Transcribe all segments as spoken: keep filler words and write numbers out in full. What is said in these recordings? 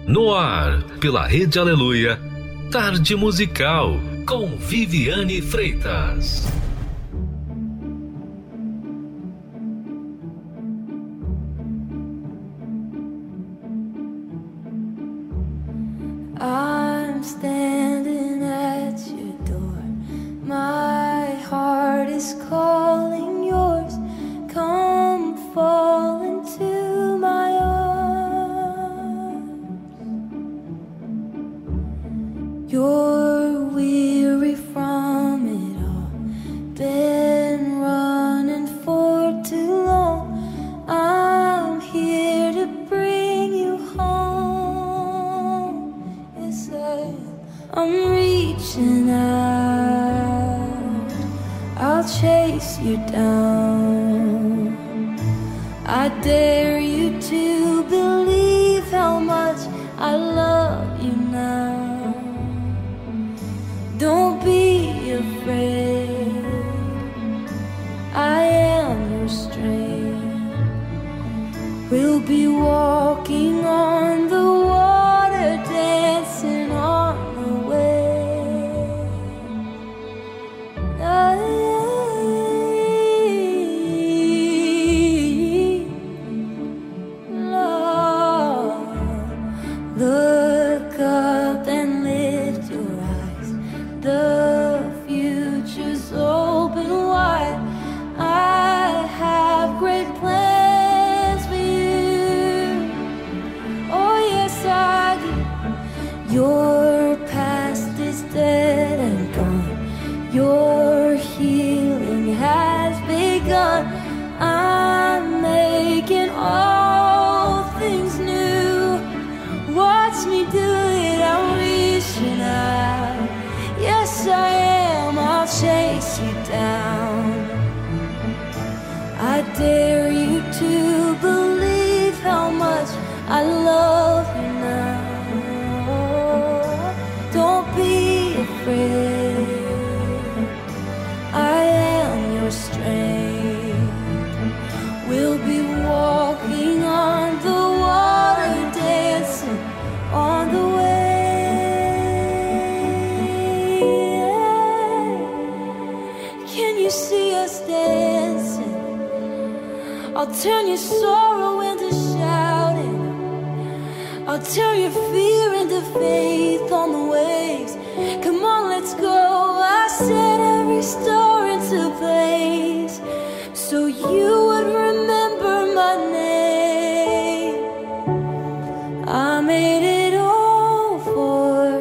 No ar, pela Rede Aleluia, Tarde Musical, com Viviane Freitas. I'm standing at your door. My heart is calling yours. Come fall into my arms. You're weary from it all. Been running for too long. I'm here to bring you home. Yes, I, I'm reaching out. I'll chase you down. I dare you to believe how much I love you now. Don't be afraid, I am your strength. We'll be walking on the water, dancing on the wave. I, Lord, look up and lift your eyes. The future's open wide. I have great plans for you. Oh yes, I do. Your past is dead and gone. Your healing has begun. I'm making all things new. Watch me do it, I'm reaching out. Yes, I am, I'll chase you down. I dare you to believe how much I love you now. Don't be afraid, I am your strength. We'll be walking on the water, dancing on the way. Can you see us dancing? I'll turn your sorrow into shouting. I'll turn your fear into faith on the waves. Come on, let's go. I set every star into place so you would remember my name. I made it all for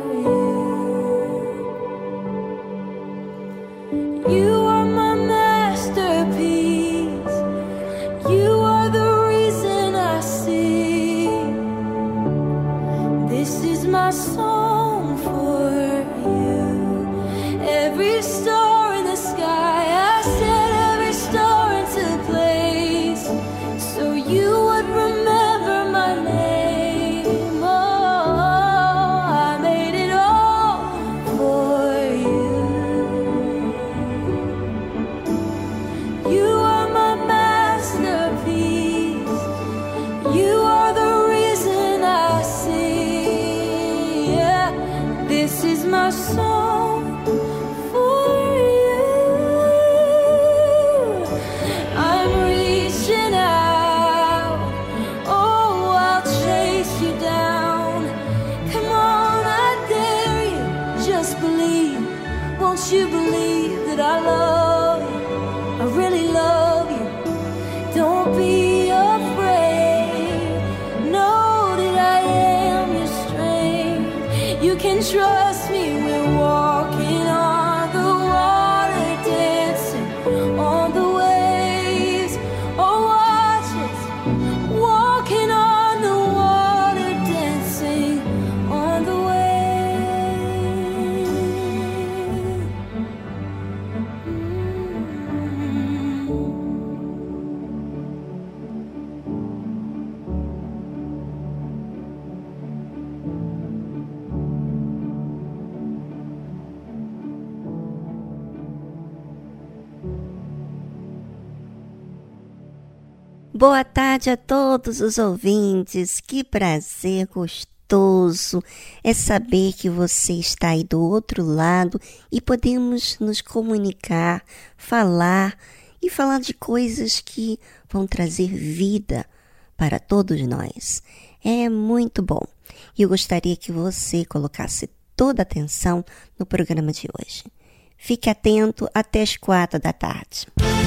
you. You are my masterpiece. You are the reason I sing. This is my song for you. Every star in the sky, I set every star into place so you would remember my name. Oh, I made it all for you. You are my masterpiece. You are the reason I sing. Yeah, this is my song for you. I'm reaching out. Oh, I'll chase you down. Come on, I dare you. Just believe. Won't you believe that I love you? I really love you. Don't be afraid. Know that I am your strength. You can trust me. We're walking on the water, dancing on the waves. Oh, watch us walking on the water, dancing on the waves. Boa tarde a todos os ouvintes, que prazer, gostoso gostoso é saber que você está aí do outro lado e podemos nos comunicar, falar e falar de coisas que vão trazer vida para todos nós. É muito bom. E eu gostaria que você colocasse toda a atenção no programa de hoje. Fique atento até as quatro da tarde.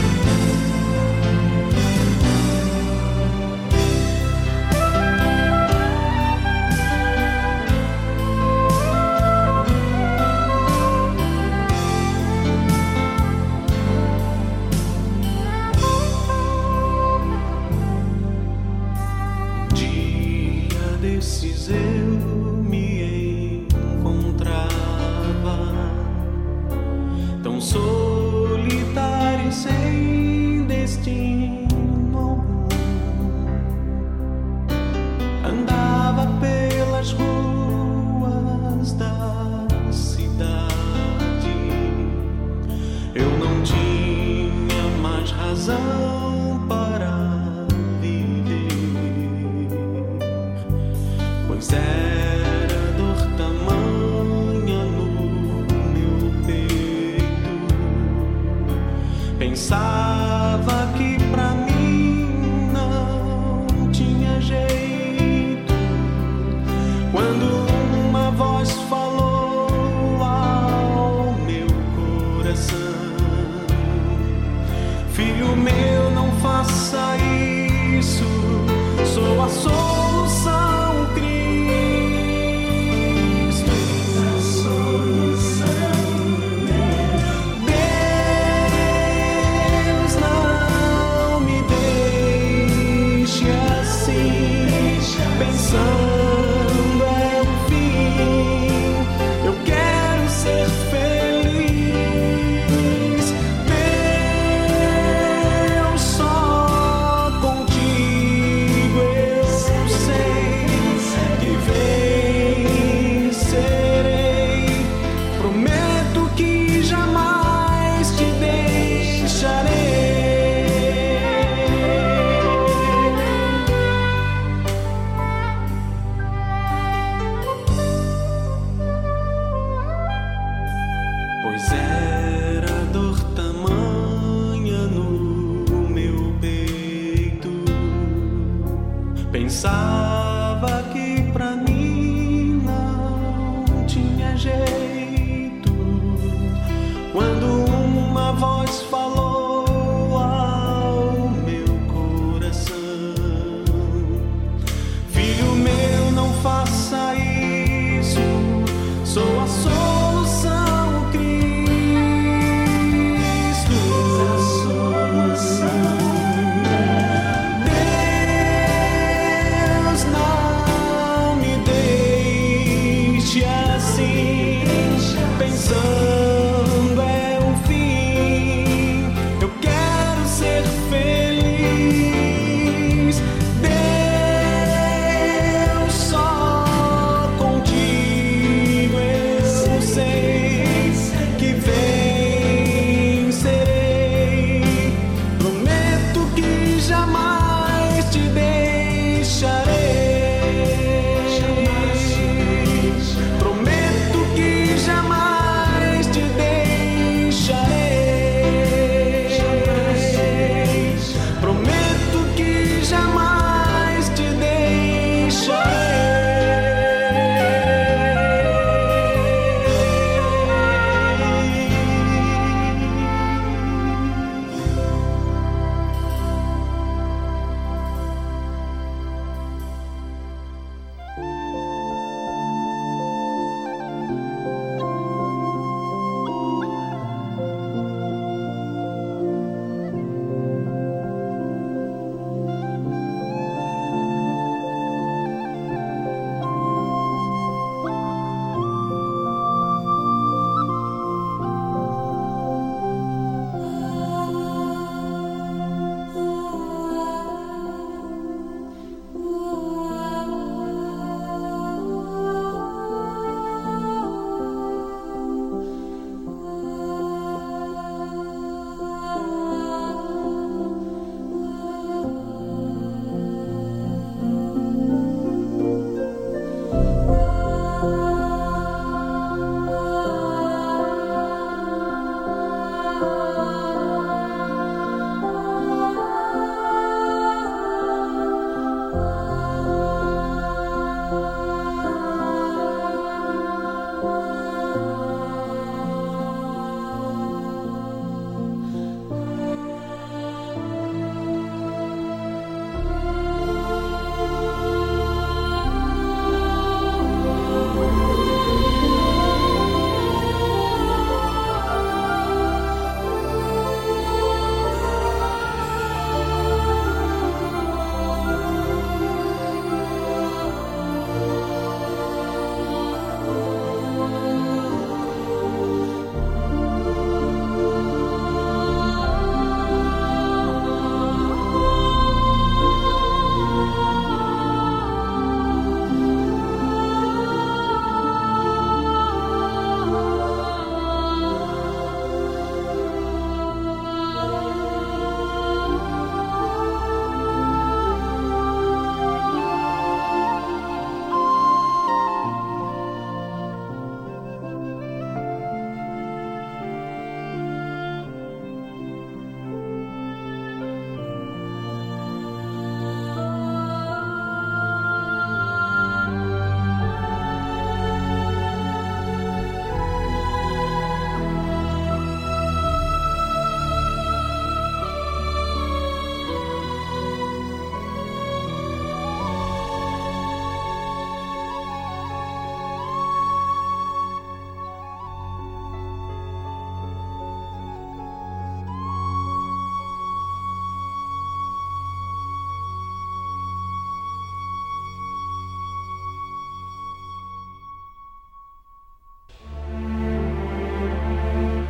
Dia desses eu me encontrava tão solitário e sem destino algum. Andava pelas ruas da cidade. Eu não tinha mais razão para viver, pois era dor tamanha no meu peito. Pensava que pra mim não tinha jeito, quando uma voz falou ao meu coração: filho meu, não faça isso, sou a solução, Cristo. A solução. Deus, não me deixe assim, pensando é o fim. Eu quero ser feliz. Deus, só contigo eu sei que vencerei. Prometo que jamais te deixarei.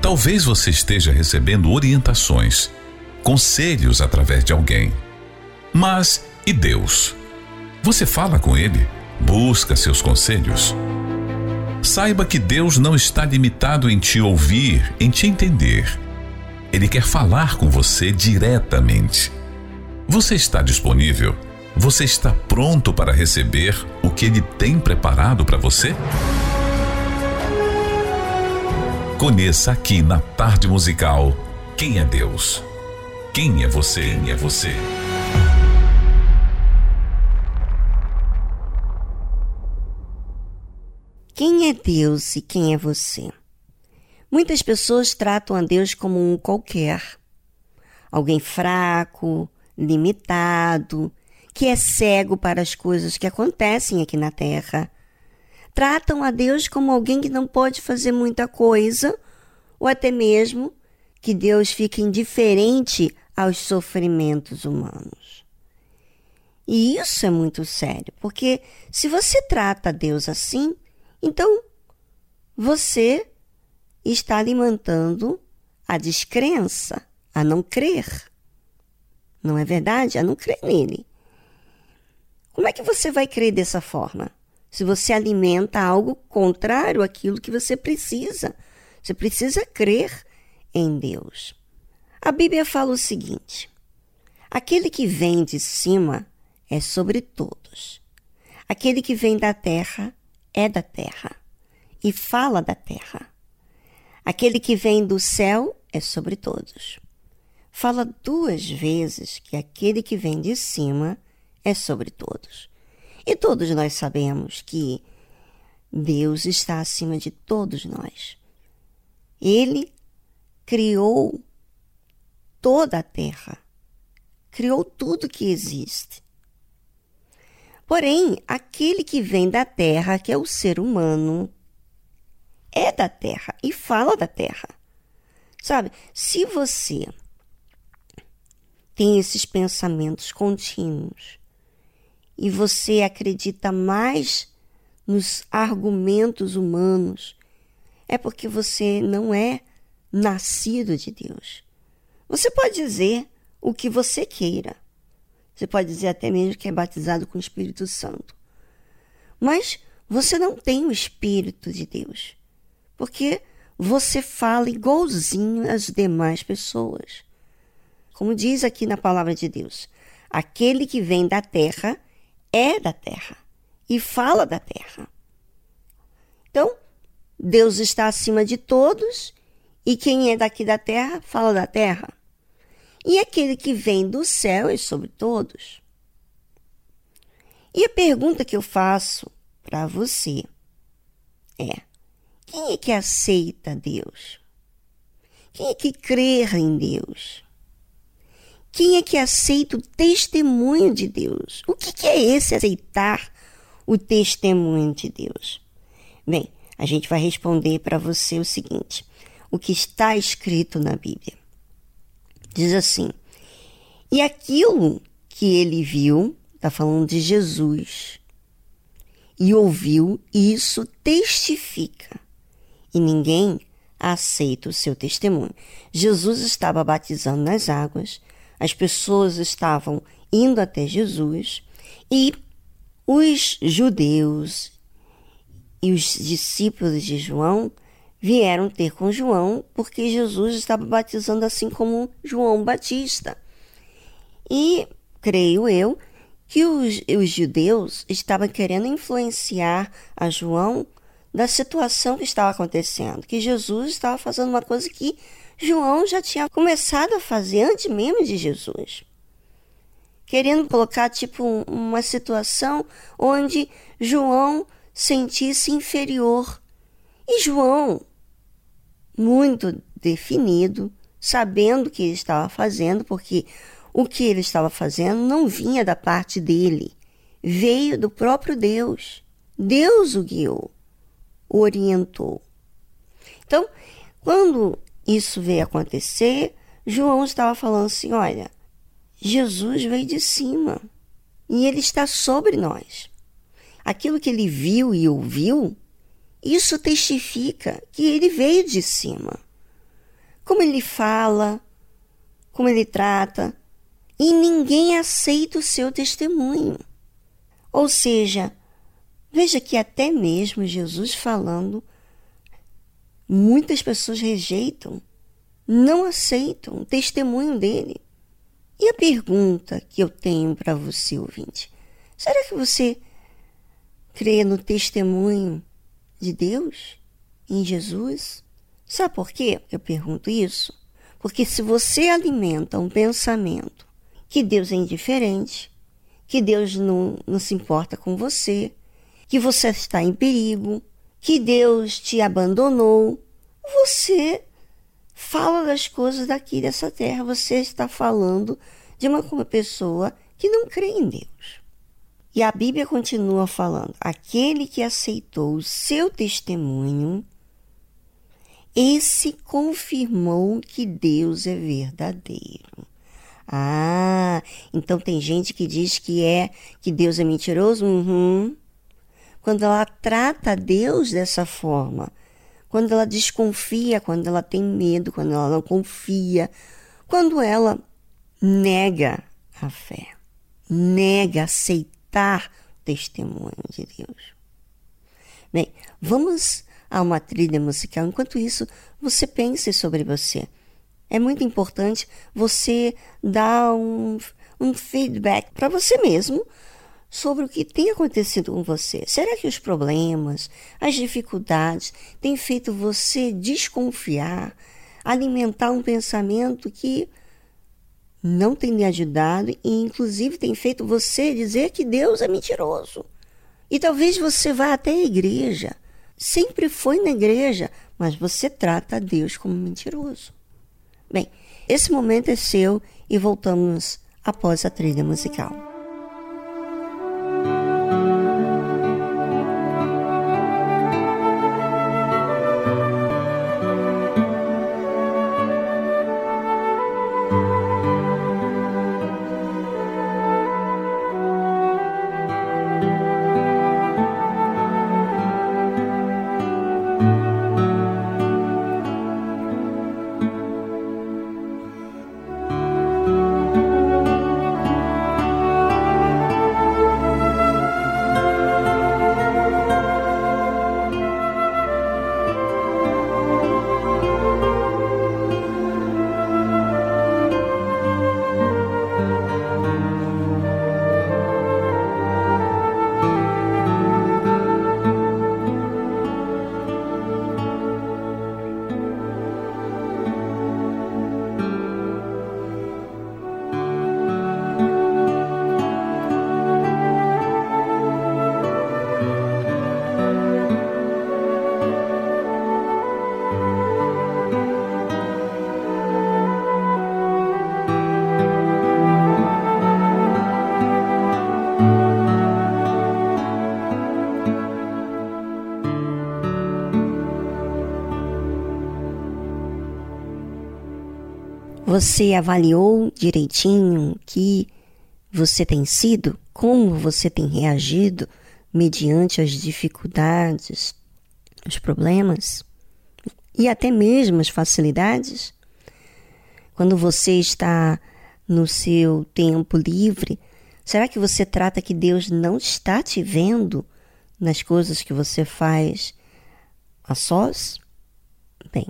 Talvez você esteja recebendo orientações, conselhos através de alguém. Mas e Deus? Você fala com Ele? Busca seus conselhos? Saiba que Deus não está limitado em te ouvir, em te entender. Ele quer falar com você diretamente. Você está disponível? Você está pronto para receber o que Ele tem preparado para você? Conheça aqui na Tarde Musical quem é Deus. Quem é você? Quem é você? Quem é Deus e quem é você? Muitas pessoas tratam a Deus como um qualquer. Alguém fraco, limitado, que é cego para as coisas que acontecem aqui na Terra. Tratam a Deus como alguém que não pode fazer muita coisa, ou até mesmo que Deus fica indiferente aos sofrimentos humanos. E isso é muito sério, porque se você trata Deus assim, então você está alimentando a descrença, a não crer. Não é verdade? A não crer nele. Como é que você vai crer dessa forma? Se você alimenta algo contrário àquilo que você precisa. Você precisa crer em Deus. A Bíblia fala o seguinte: aquele que vem de cima é sobre todos. Aquele que vem da terra é da terra e fala da terra. Aquele que vem do céu é sobre todos. Fala duas vezes que aquele que vem de cima é sobre todos. E todos nós sabemos que Deus está acima de todos nós. Ele criou toda a terra, criou tudo que existe. Porém, aquele que vem da terra, que é o ser humano, é da terra e fala da terra. Sabe, se você tem esses pensamentos contínuos e você acredita mais nos argumentos humanos, é porque você não é nascido de Deus. Você pode dizer o que você queira. Você pode dizer até mesmo que é batizado com o Espírito Santo. Mas você não tem o Espírito de Deus, porque você fala igualzinho às demais pessoas. Como diz aqui na palavra de Deus, aquele que vem da terra é da terra e fala da terra. Então, Deus está acima de todos e quem é daqui da terra fala da terra. E aquele que vem do céu é sobre todos. E a pergunta que eu faço para você é: quem é que aceita Deus? Quem é que crê em Deus? Quem é que aceita o testemunho de Deus? O que, que é esse aceitar o testemunho de Deus? Bem, a gente vai responder para você o seguinte: o que está escrito na Bíblia. Diz assim: e aquilo que ele viu, está falando de Jesus, e ouviu, isso testifica, e ninguém aceita o seu testemunho. Jesus estava batizando nas águas, as pessoas estavam indo até Jesus, e os judeus e os discípulos de João vieram ter com João, porque Jesus estava batizando assim como João Batista. E, creio eu, que os, os judeus estavam querendo influenciar a João da situação que estava acontecendo, que Jesus estava fazendo uma coisa que João já tinha começado a fazer antes mesmo de Jesus. Querendo colocar tipo uma situação onde João sentisse inferior. E João, muito definido, sabendo o que ele estava fazendo, porque o que ele estava fazendo não vinha da parte dele, veio do próprio Deus. Deus o guiou, o orientou. Então, quando isso veio acontecer, João estava falando assim: olha, Jesus veio de cima e ele está sobre nós. Aquilo que ele viu e ouviu, isso testifica que ele veio de cima. como ele fala, como ele trata, e ninguém aceita o seu testemunho. Ou seja, veja que até mesmo Jesus falando, muitas pessoas rejeitam, não aceitam o testemunho dele. E a pergunta que eu tenho para você, ouvinte, será que você crê no testemunho de Deus, em Jesus? Sabe por quê eu pergunto isso? Porque se você alimenta um pensamento que Deus é indiferente, que Deus não, não se importa com você, que você está em perigo, que Deus te abandonou, você fala das coisas daqui dessa terra, você está falando de uma, uma pessoa que não crê em Deus. E a Bíblia continua falando, aquele que aceitou o seu testemunho, esse confirmou que Deus é verdadeiro. Ah, então tem gente que diz que é que Deus é mentiroso? Uhum. Quando ela trata Deus dessa forma, quando ela desconfia, quando ela tem medo, quando ela não confia, quando ela nega a fé, nega aceitar o testemunho de Deus. Bem, vamos a uma trilha musical. Enquanto isso, você pense sobre você. É muito importante você dar um, um feedback para você mesmo sobre o que tem acontecido com você. Será que os problemas, as dificuldades têm feito você desconfiar, alimentar um pensamento que não tem lhe ajudado e inclusive tem feito você dizer que Deus é mentiroso? E talvez você vá até a igreja, sempre foi na igreja, mas você trata a Deus como mentiroso. Bem, esse momento é seu e voltamos após a trilha musical. Você avaliou direitinho o que você tem sido? Como você tem reagido mediante as dificuldades, os problemas e até mesmo as facilidades? Quando você está no seu tempo livre, será que você trata que Deus não está te vendo nas coisas que você faz a sós? Bem,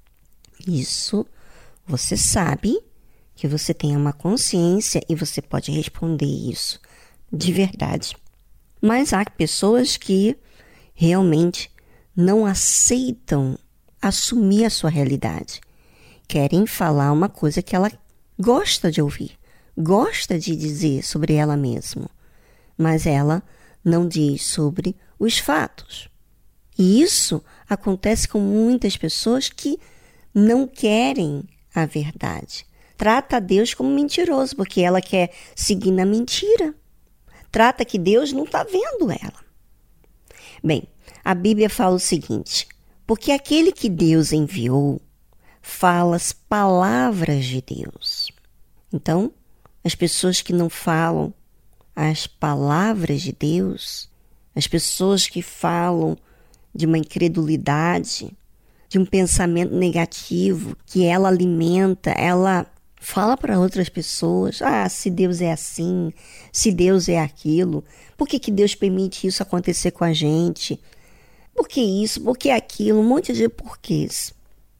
isso você sabe que você tem uma consciência e você pode responder isso de verdade. Mas há pessoas que realmente não aceitam assumir a sua realidade. Querem falar uma coisa que ela gosta de ouvir, gosta de dizer sobre ela mesma, mas ela não diz sobre os fatos. E isso acontece com muitas pessoas que não querem a verdade. Trata Deus como mentiroso, porque ela quer seguir na mentira. Trata que Deus não está vendo ela. Bem, a Bíblia fala o seguinte, porque aquele que Deus enviou fala as palavras de Deus. Então, as pessoas que não falam as palavras de Deus, as pessoas que falam de uma incredulidade, de de um pensamento negativo que ela alimenta, ela fala para outras pessoas, ah, se Deus é assim, se Deus é aquilo, por que que Deus permite isso acontecer com a gente? Por que isso, por que aquilo, um monte de porquês.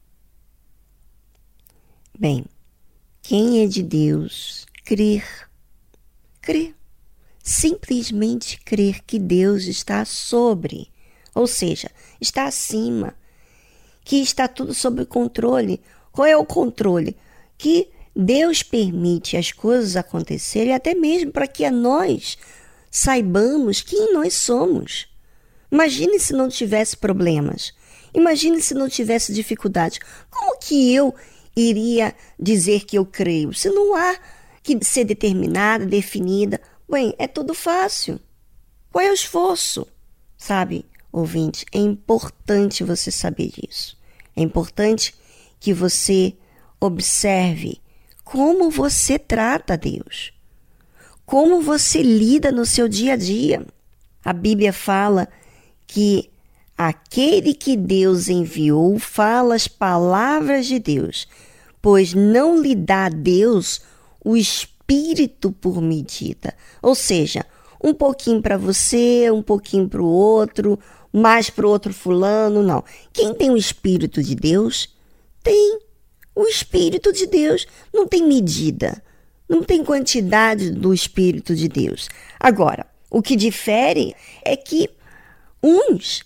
Bem, quem é de Deus, crer, crer, simplesmente crer que Deus está sobre, ou seja, está acima, que está tudo sob controle. Qual é o controle? Que Deus permite as coisas acontecerem, até mesmo para que nós saibamos quem nós somos. Imagine se não tivesse problemas. Imagine se não tivesse dificuldades. Como que eu iria dizer que eu creio? Se não há que ser determinada, definida. Bem, é tudo fácil. Qual é o esforço? Sabe, ouvinte, é importante você saber disso. É importante que você observe como você trata Deus, como você lida no seu dia a dia. A Bíblia fala que aquele que Deus enviou fala as palavras de Deus, pois não lhe dá a Deus o Espírito por medida. Ou seja, um pouquinho para você, um pouquinho para o outro, mais para o outro fulano, não. Quem tem o Espírito de Deus, tem o Espírito de Deus. Não tem medida, não tem quantidade do Espírito de Deus. Agora, o que difere é que uns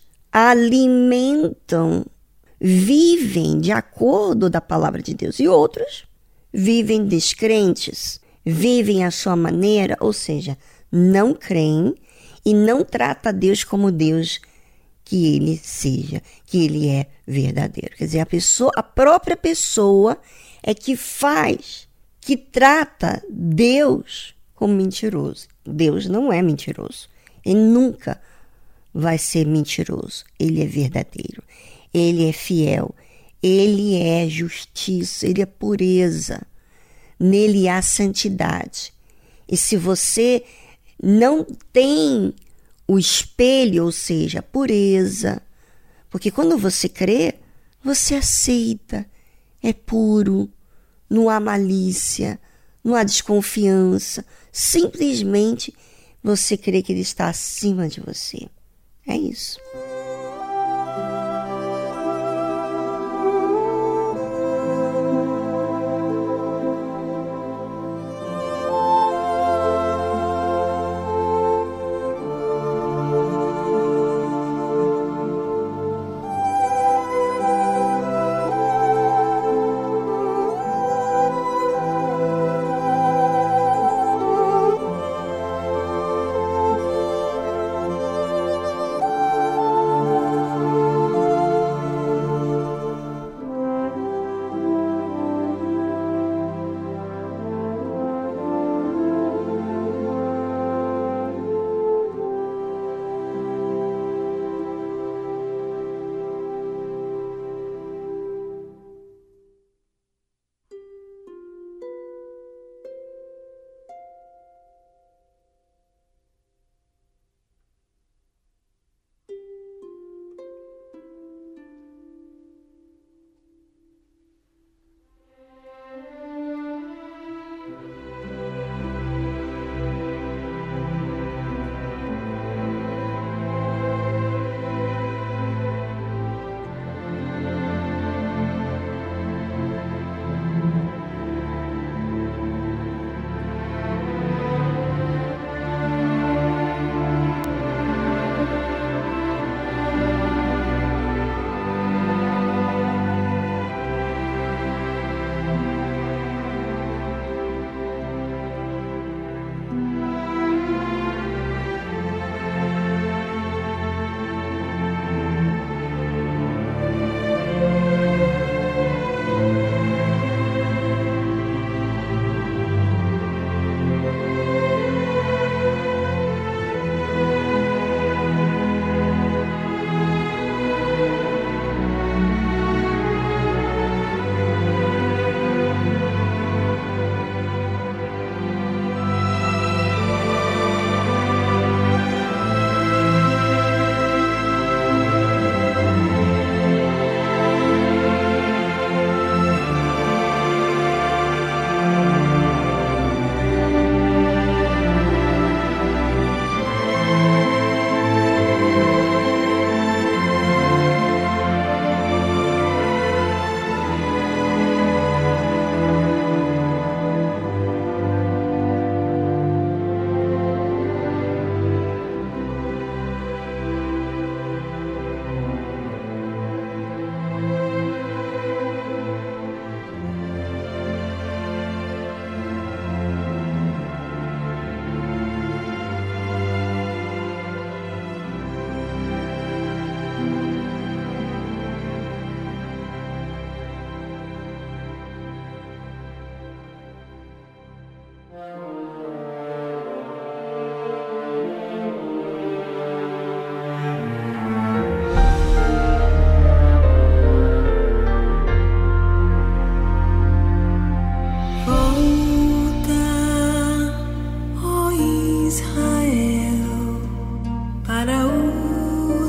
alimentam, vivem de acordo da palavra de Deus e outros vivem descrentes, vivem à sua maneira, ou seja, não creem e não tratam Deus como Deus que ele seja, que ele é verdadeiro. Quer dizer, a pessoa, a própria pessoa é que faz, que trata Deus como mentiroso. Deus não é mentiroso. Ele nunca vai ser mentiroso. Ele é verdadeiro. Ele é fiel. Ele é justiça. Ele é pureza. Nele há santidade. E se você não tem o espelho, ou seja, a pureza, porque quando você crê, você aceita, é puro, não há malícia, não há desconfiança, simplesmente você crê que ele está acima de você. É isso.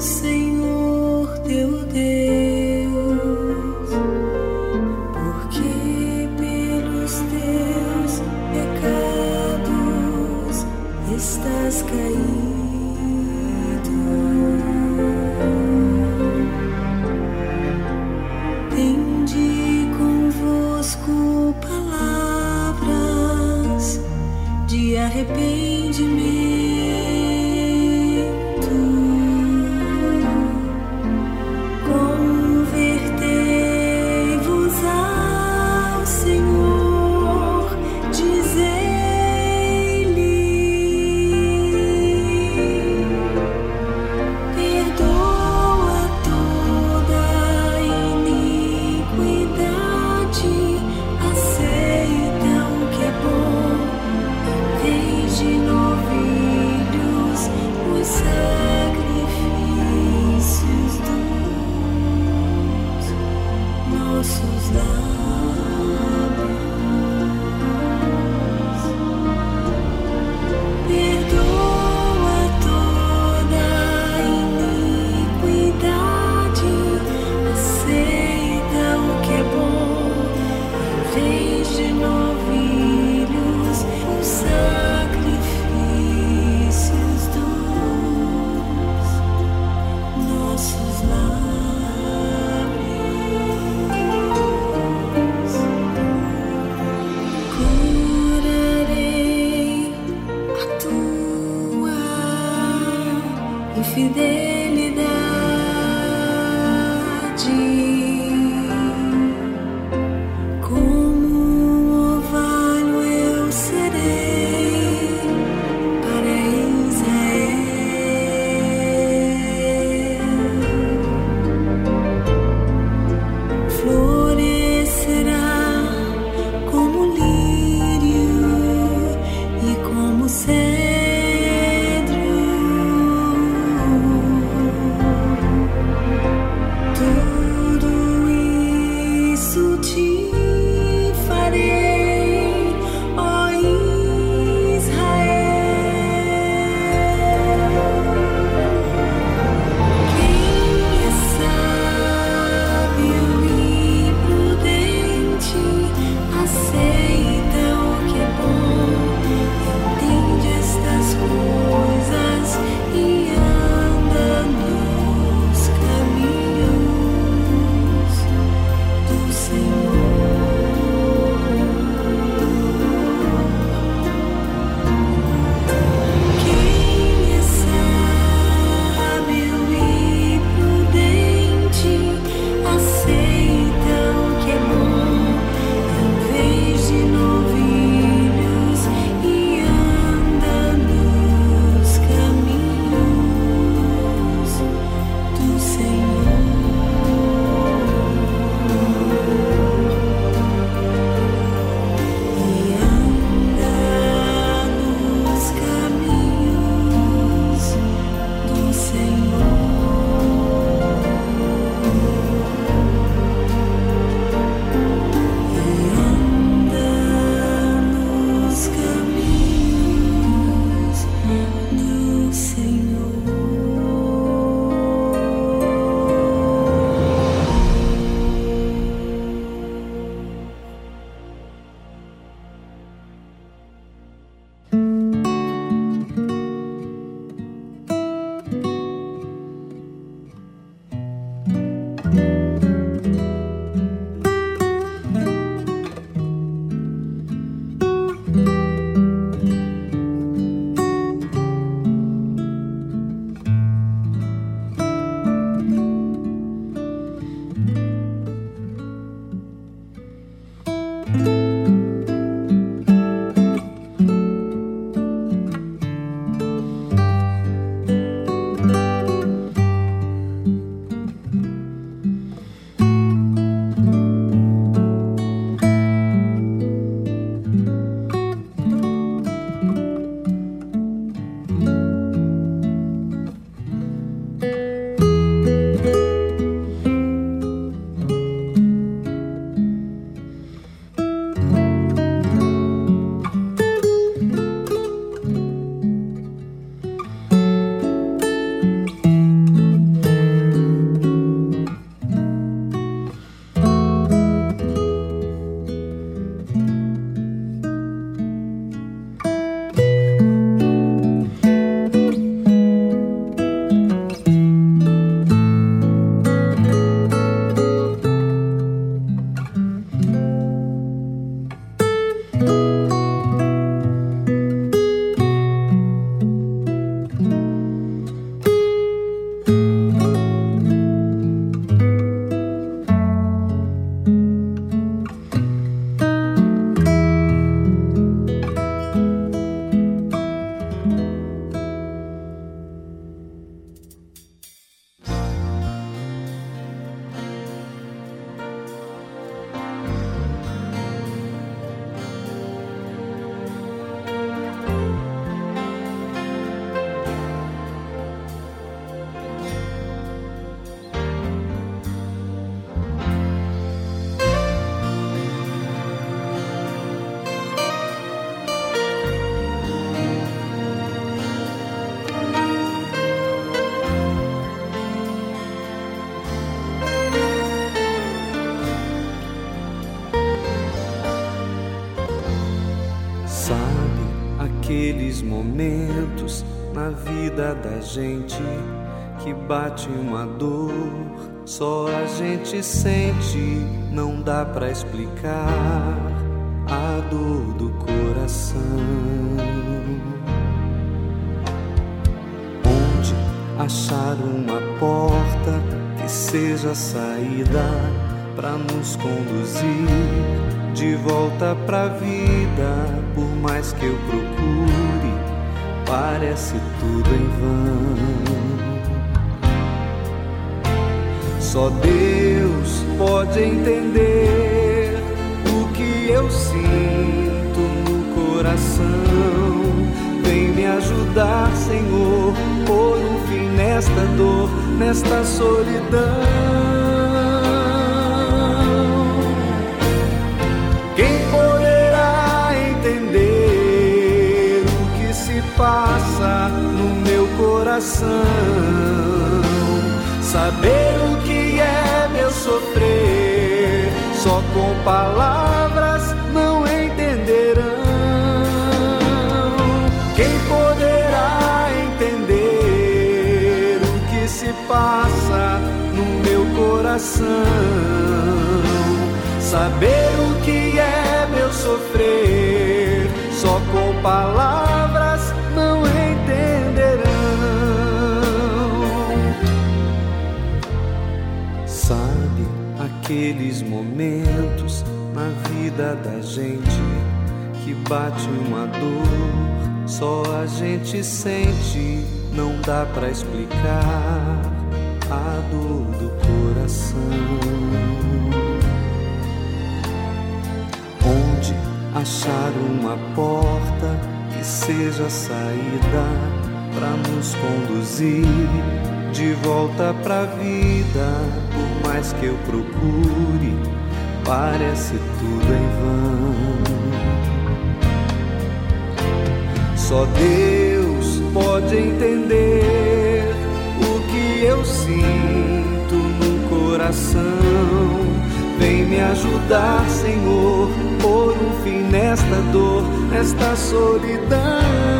Senhor teu Deus, porque pelos teus pecados estás caído. Tende convosco palavras de arrependimento. Como cedro momentos na vida da gente que bate uma dor, só a gente sente, não dá pra explicar a dor do coração. Onde achar uma porta que seja a saída pra nos conduzir de volta pra vida? Por mais que eu procure, parece tudo em vão. Só Deus pode entender o que eu sinto no coração. Vem me ajudar, Senhor, por um fim nesta dor, nesta solidão. Quem poderá entender o que se passa no meu coração? Saber o que é meu sofrer, só com palavras não entenderão. Quem poderá entender o que se passa no meu coração? Saber o que é meu sofrer, só com palavras não entenderão. Sabe aqueles momentos na vida da gente que bate uma dor, só a gente sente, não dá pra explicar a dor do coração. Onde achar uma porta que seja a saída pra nos conduzir de volta pra vida? Por mais que eu procure, parece tudo em vão. Só Deus pode entender o que eu sinto no coração. Vem me ajudar, Senhor, por um fim nesta dor, nesta solidão.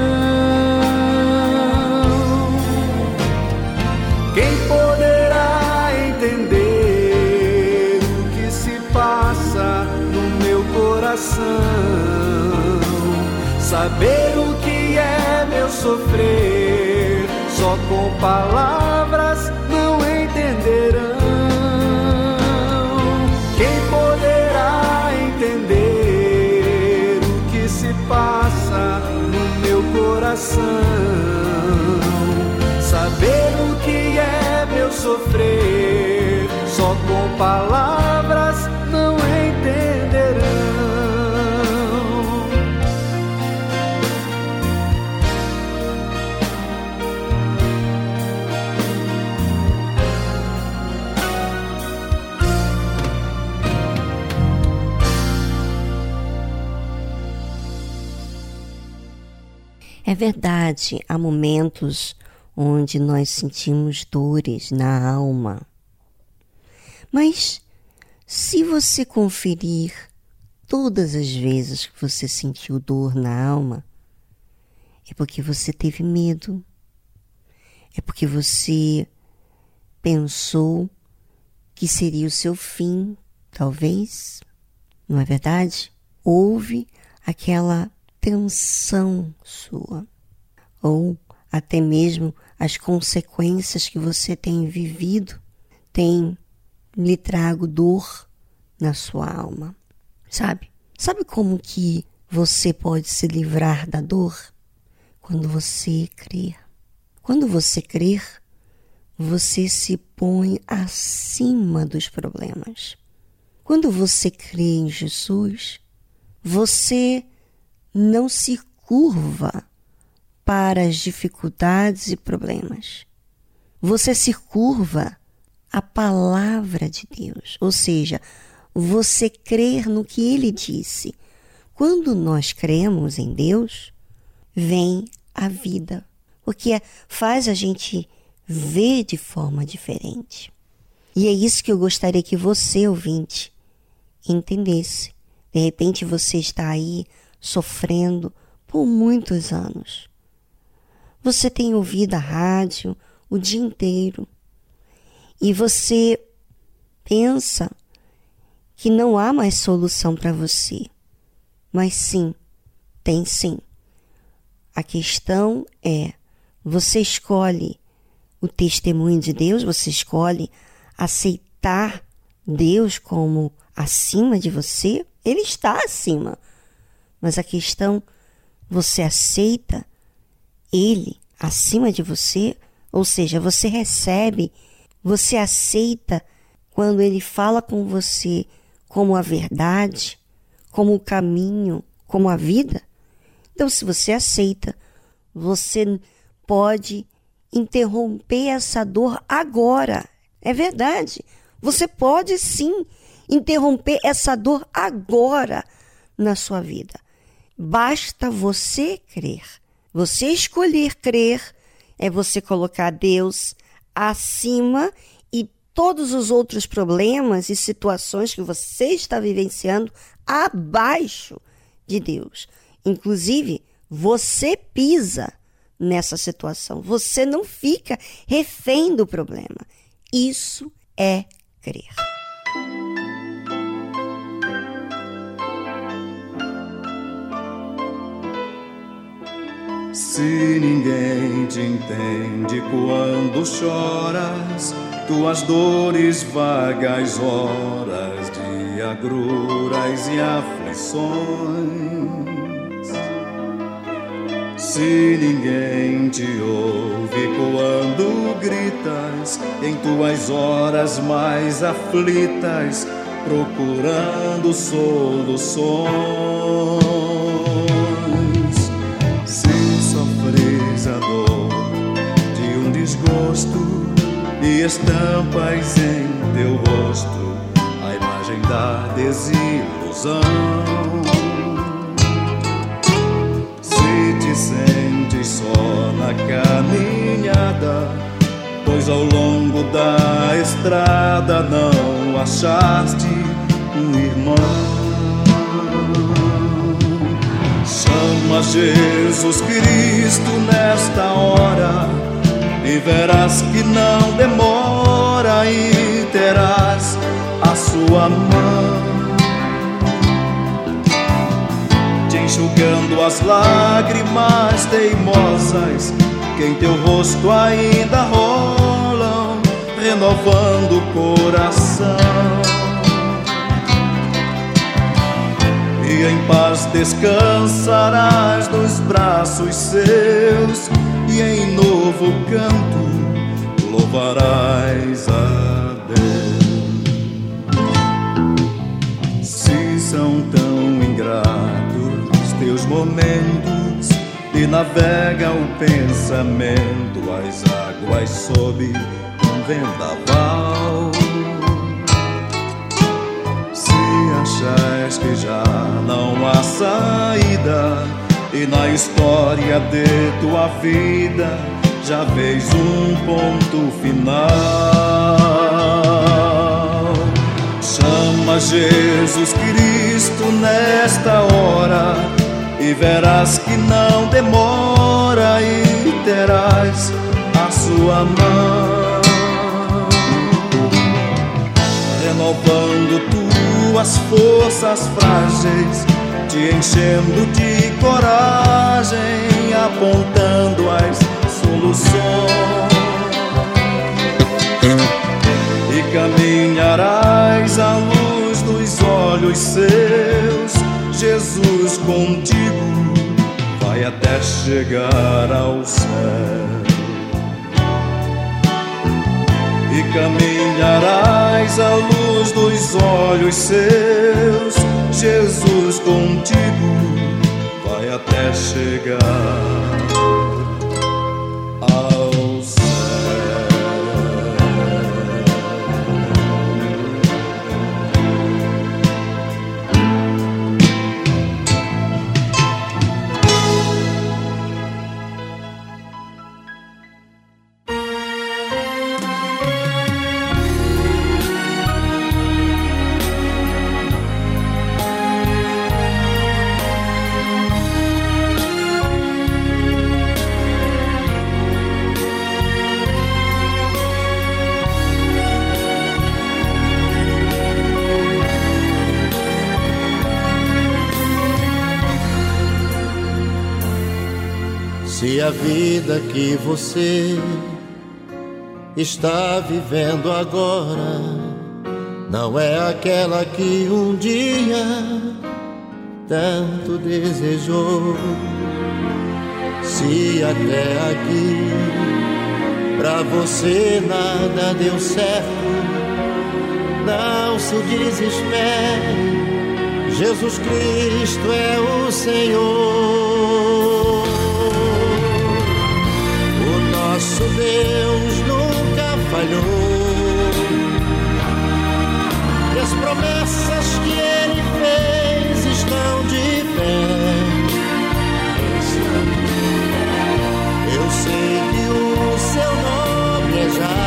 Quem poderá entender o que se passa no meu coração? Saber o que é meu sofrer, só com palavras não entenderão. Quem poderá entender o que se passa no meu coração? Saber o que é meu sofrer, só com palavras não entenderão. É verdade, há momentos onde nós sentimos dores na alma. Mas se você conferir todas as vezes que você sentiu dor na alma, é porque você teve medo, é porque você pensou que seria o seu fim, talvez, não é verdade? Houve aquela tensão sua, ou até mesmo as consequências que você tem vivido têm lhe trago dor na sua alma, sabe? Sabe como que você pode se livrar da dor? Quando você crer. Quando você crer, você se põe acima dos problemas. Quando você crê em Jesus, você não se curva para as dificuldades e problemas. Você se curva à palavra de Deus, ou seja, você crer no que Ele disse. Quando nós cremos em Deus, vem a vida, porque faz a gente ver de forma diferente. E é isso que eu gostaria que você, ouvinte, entendesse. De repente você está aí sofrendo por muitos anos, Você tem ouvido a rádio o dia inteiro e você pensa que não há mais solução para você. Mas sim, tem sim. A questão é, você escolhe o testemunho de Deus, você escolhe aceitar Deus como acima de você? Ele está acima. Mas a questão, você aceita Ele acima de você? Ou seja, você recebe, você aceita quando Ele fala com você como a verdade, como o caminho, como a vida? Então, se você aceita, você pode interromper essa dor agora. É verdade. Você pode sim interromper essa dor agora na sua vida. Basta você crer. Você escolher crer é você colocar Deus acima e todos os outros problemas e situações que você está vivenciando abaixo de Deus. Inclusive, você pisa nessa situação. Você não fica refém do problema. Isso é crer. Se ninguém te entende quando choras, tuas dores vagas horas de agruras e aflições. Se ninguém te ouve quando gritas, em tuas horas mais aflitas, procurando soluções. Se sofres a dor de um desgosto e estampas em teu rosto a imagem da desilusão, te sentes só na caminhada, pois ao longo da estrada não achaste um irmão. Chama Jesus Cristo nesta hora e verás que não demora e terás a sua mão enxugando as lágrimas teimosas que em teu rosto ainda rolam, renovando o coração. E em paz descansarás nos braços seus, e em novo canto louvarás a Deus. Se são tão ingratos teus momentos e navega o pensamento as águas sob um vendaval, se achas que já não há saída e na história de tua vida já vês um ponto final, chama Jesus Cristo nesta hora e verás que não demora e terás a sua mão, renovando tuas forças frágeis, te enchendo de coragem, apontando as soluções, e caminharás à luz dos olhos seus. Jesus contigo vai até chegar ao céu, e caminharás à luz dos olhos seus. Jesus contigo vai até chegar ao céu. a vida que você está vivendo agora não é aquela que um dia tanto desejou. Se até aqui pra você nada deu certo, não se desespere, Jesus Cristo é o Senhor. O nosso Deus nunca falhou, e as promessas que Ele fez estão de pé. Eu sei que o seu nome é já.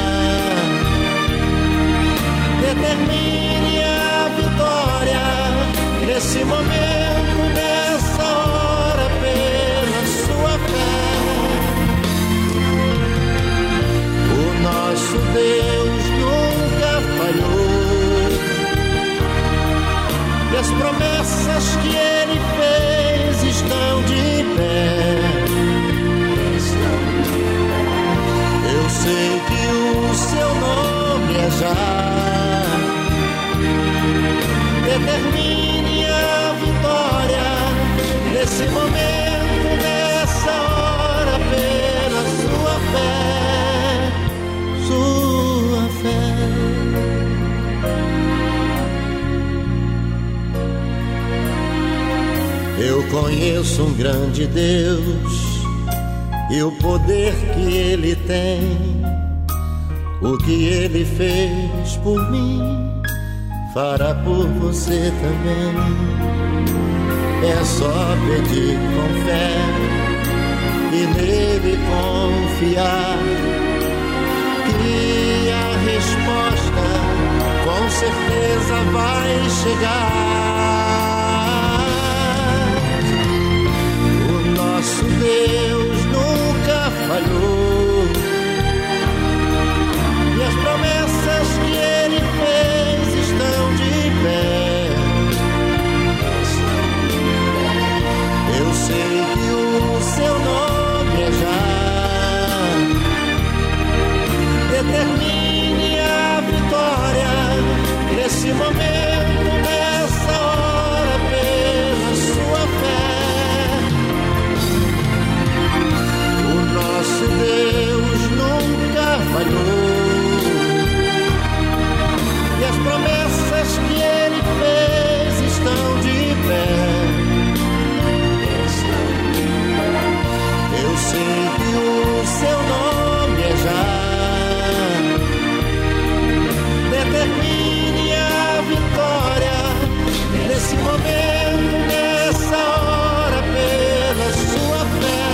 Determine a vitória nesse momento, nessa hora, pela sua fé. O nosso Deus nunca falhou, e as promessas que Ele fez estão de pé. Eu sei que o seu nome é já. Determine a vitória nesse momento, nessa hora, pela sua fé, sua fé. Eu conheço um grande Deus e o poder que Ele tem. O que Ele fez por mim fará por você também. É só pedir com fé e nele confiar, que a resposta com certeza vai chegar. O nosso Deus nunca falhou, e as promessas que Ele fez estão de pé. Eu sei que o seu nome é já. Determine a vitória nesse momento, nessa hora, pela sua fé. O nosso Deus nunca falhou, e as promessas que Ele fez estão de pé. Eu sei que o seu nome é já. Determine a vitória nesse momento, nessa hora, pela sua fé.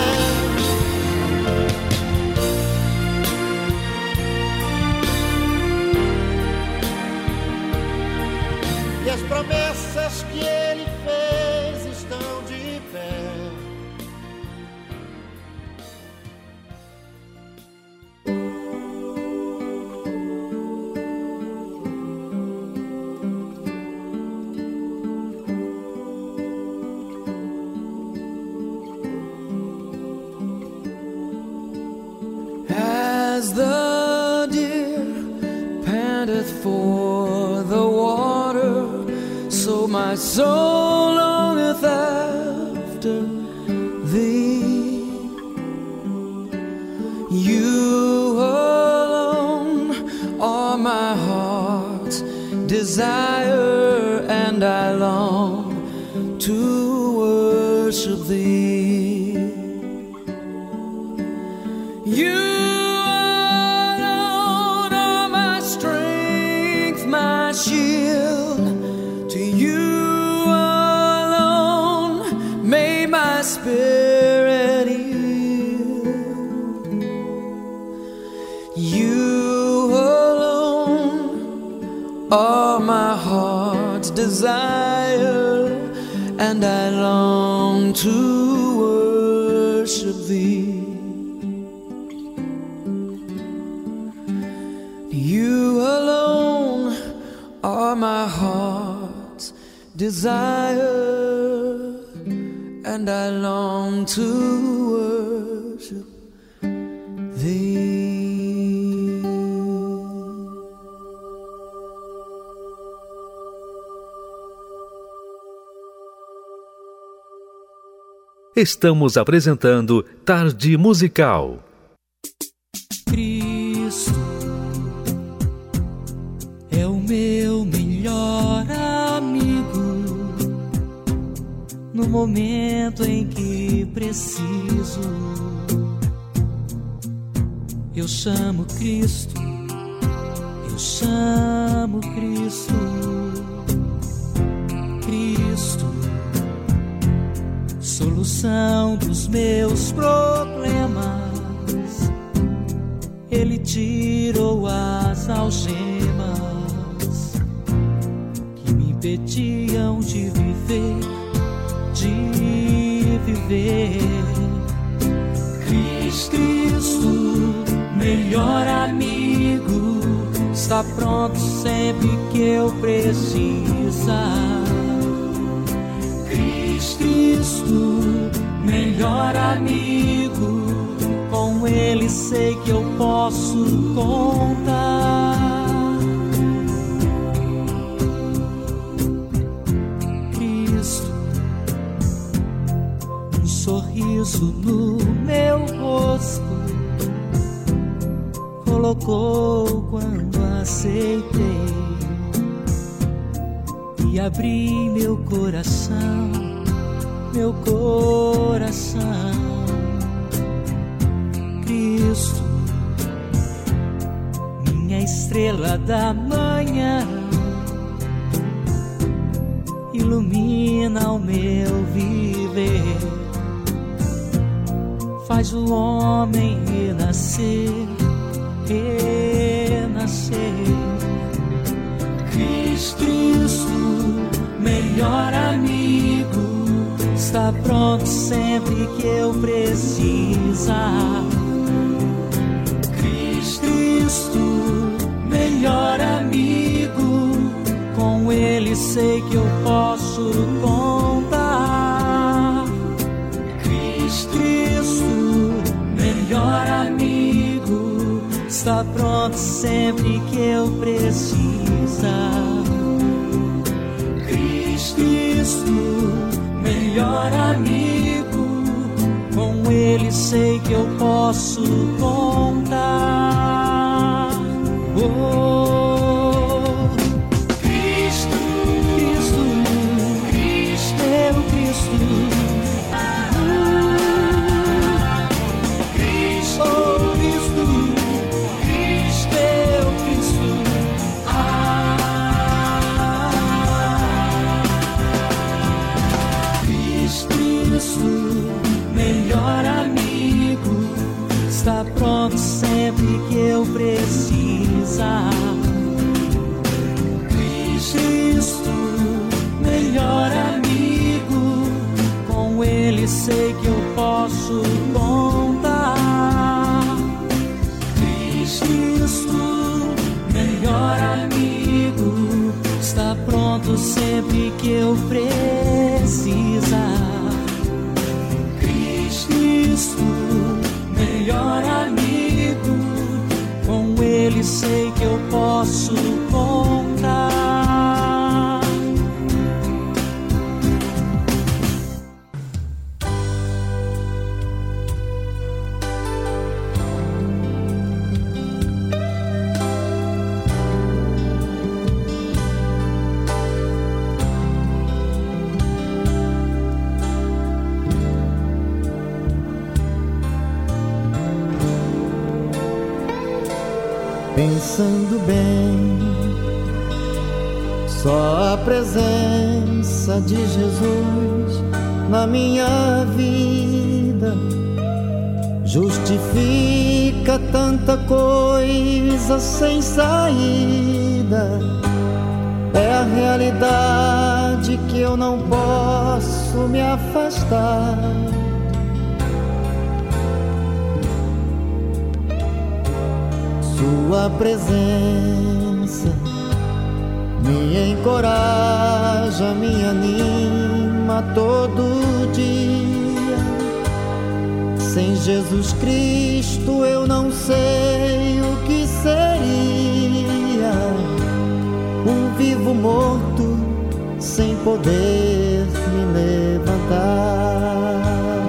E as promessas que Ele fez estão de pé. As the deer panteth for the water, so my soul longeth after thee. You alone are my heart's desire, and I long to worship thee. You alone are my strength, my shield. To you alone may my spirit yield. You alone are my heart's desire, and I long to worship thee. You alone are my heart's desire, and I long to worship Thee. Estamos apresentando Tarde Musical. Cristo é o meu melhor amigo no momento em que preciso. Eu chamo Cristo, eu chamo Cristo, Cristo, solução dos meus problemas. Ele tirou as algemas que me impediam de viver, de viver. Cristo, melhor amigo, está pronto sempre que eu precisar. Cristo, melhor amigo, com Ele sei que eu posso contar. Cristo, um sorriso no meu rosto, colocou quando aceitei e abri meu coração, meu coração. Cristo, minha estrela da manhã, ilumina o meu viver, faz o homem renascer, renascer. Cristo, melhor amigo, está pronto sempre que eu precisar. Cristo, melhor amigo, com Ele sei que eu posso contar. Cristo, melhor amigo, está pronto sempre que eu precisar. Cristo, melhor amigo, com Ele sei que eu posso contar. Oh, Cristo, Cristo, Cristo, meu Cristo, Cristo, oh, Cristo, Cristo, meu Cristo, ah, Cristo, melhor amigo, está pronto sempre que eu precisar. Cristo, melhor amigo, com Ele sei que eu posso contar. Cristo, melhor amigo, está pronto sempre que eu precisar. Cristo, melhor amigo, com Ele sei que eu posso contar. Pensando bem, só a presença de Jesus na minha vida justifica tanta coisa sem saída. É a realidade que eu não posso me afastar. Sua presença me encoraja, me anima ama todo dia. Sem Jesus Cristo eu não sei o que seria. Um vivo morto sem poder me levantar.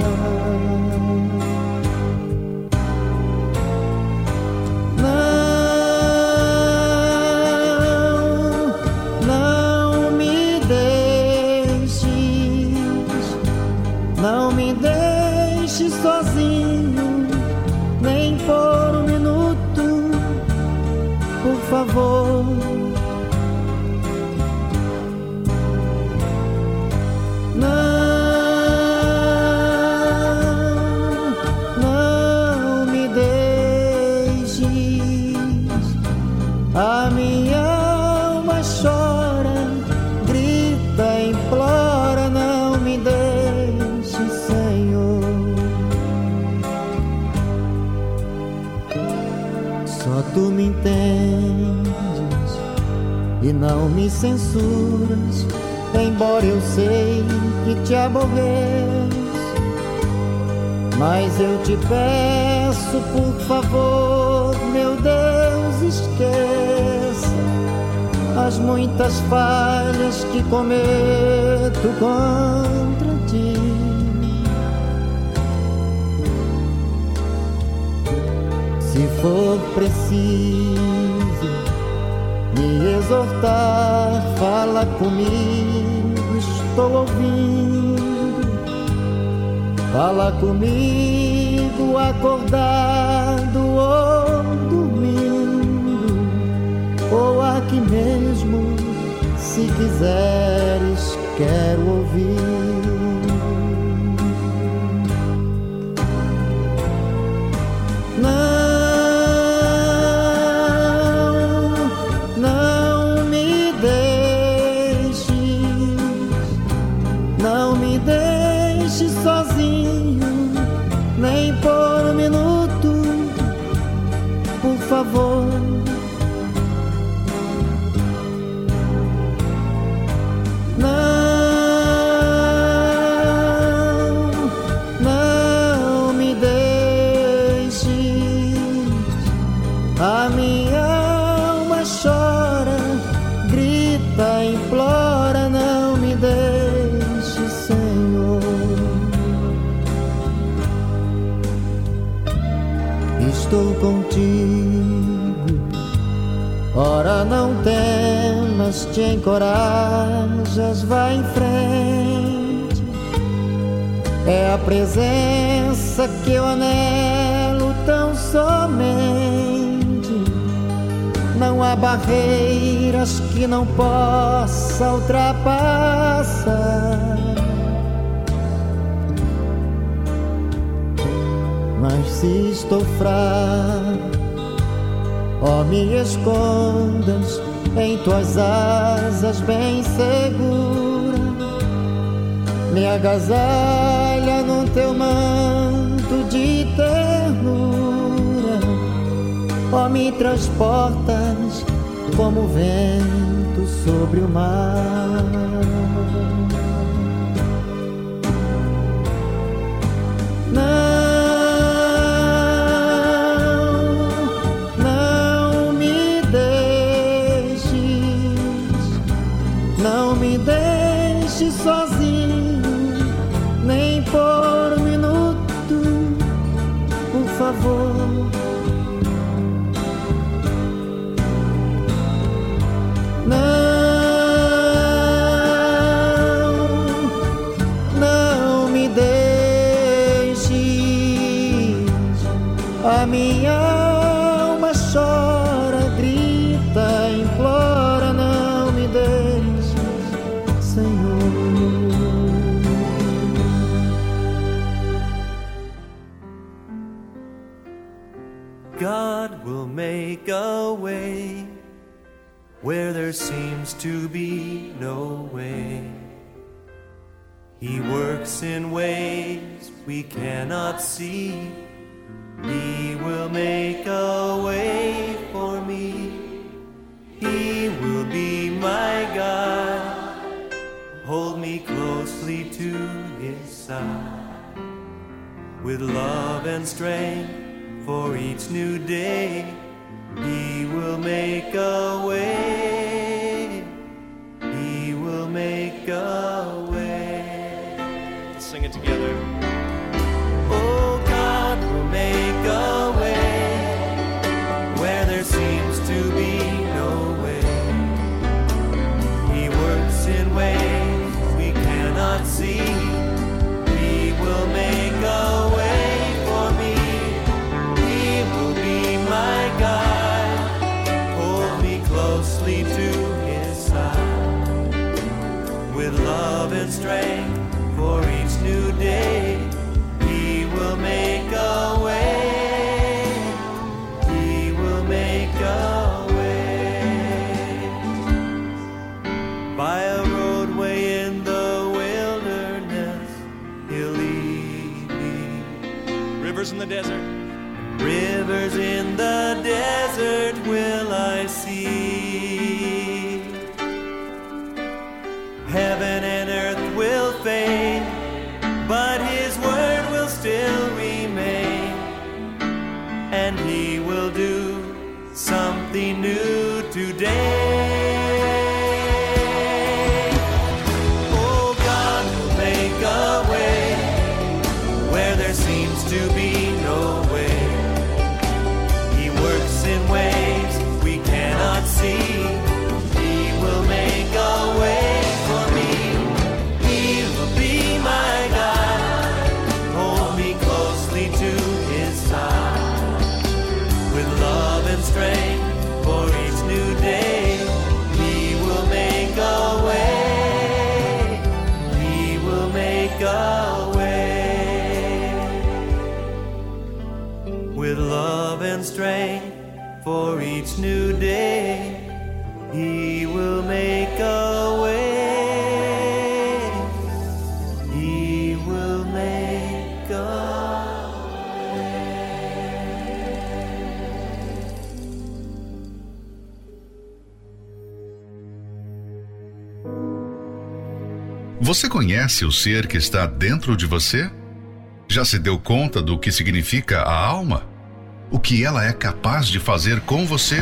Sozinho, nem por um minuto, por favor. Não, não me deixes. A minha alma chora, grita, implora, não me deixes, Senhor. Só tu me entendes e não me censuras, embora eu sei que te aborreço. Mas eu te peço, por favor, meu Deus, esqueça as muitas falhas que cometo contra ti. Se for preciso me exortar, fala comigo, estou ouvindo. Fala comigo, acordado ou dormindo, ou aqui mesmo, se quiseres, quero ouvir. Sozinho, nem por um minuto, por favor. Não, não me deixes. A minha alma chora, grita, implora, não me deixes, Senhor. Estou contigo, ora não temas, te encorajas, vai em frente. É a presença que eu anelo tão somente. Não há barreiras que não possa ultrapassar. Mas se estou fraco, ó, me escondas em tuas asas bem segura. Me agasalha no teu manto de ternura. Ó, me transportas como o vento sobre o mar. Não, sozinho, nem por um minuto, por favor. Não, não me deixes. A minha alma chora, grita, implora, não me deixes, Senhor. God will make a way where there seems to be no way. He works in ways we cannot see. He will make a way for me. He will be my God. Hold me closely strength for each new day. He will make a way. He will make a way. Let's sing it together. Oh, God will make a way where there seems to be no way. He works in ways we cannot see. He will make a way for me. He will be my guide. Hold me closely to his side. With love and strength for each new day, he will make a way. He will make a way. By a roadway in the wilderness, he'll lead me. Rivers in the desert. Rivers in the desert will I see. Heaven and earth will fade, but his word will still remain. And he will do something new today. Oh, God will make a way where there seems to be no way. He works in ways we cannot see. He will make a way for me. He will be my guide. Hold me closely to his side. With love and strength for each new day, he will make a way. He will make a way. With love and strength for each new day, he will make a way. He will make a Você conhece o ser que está dentro de você? Já se deu conta do que significa a alma? O que ela é capaz de fazer com você?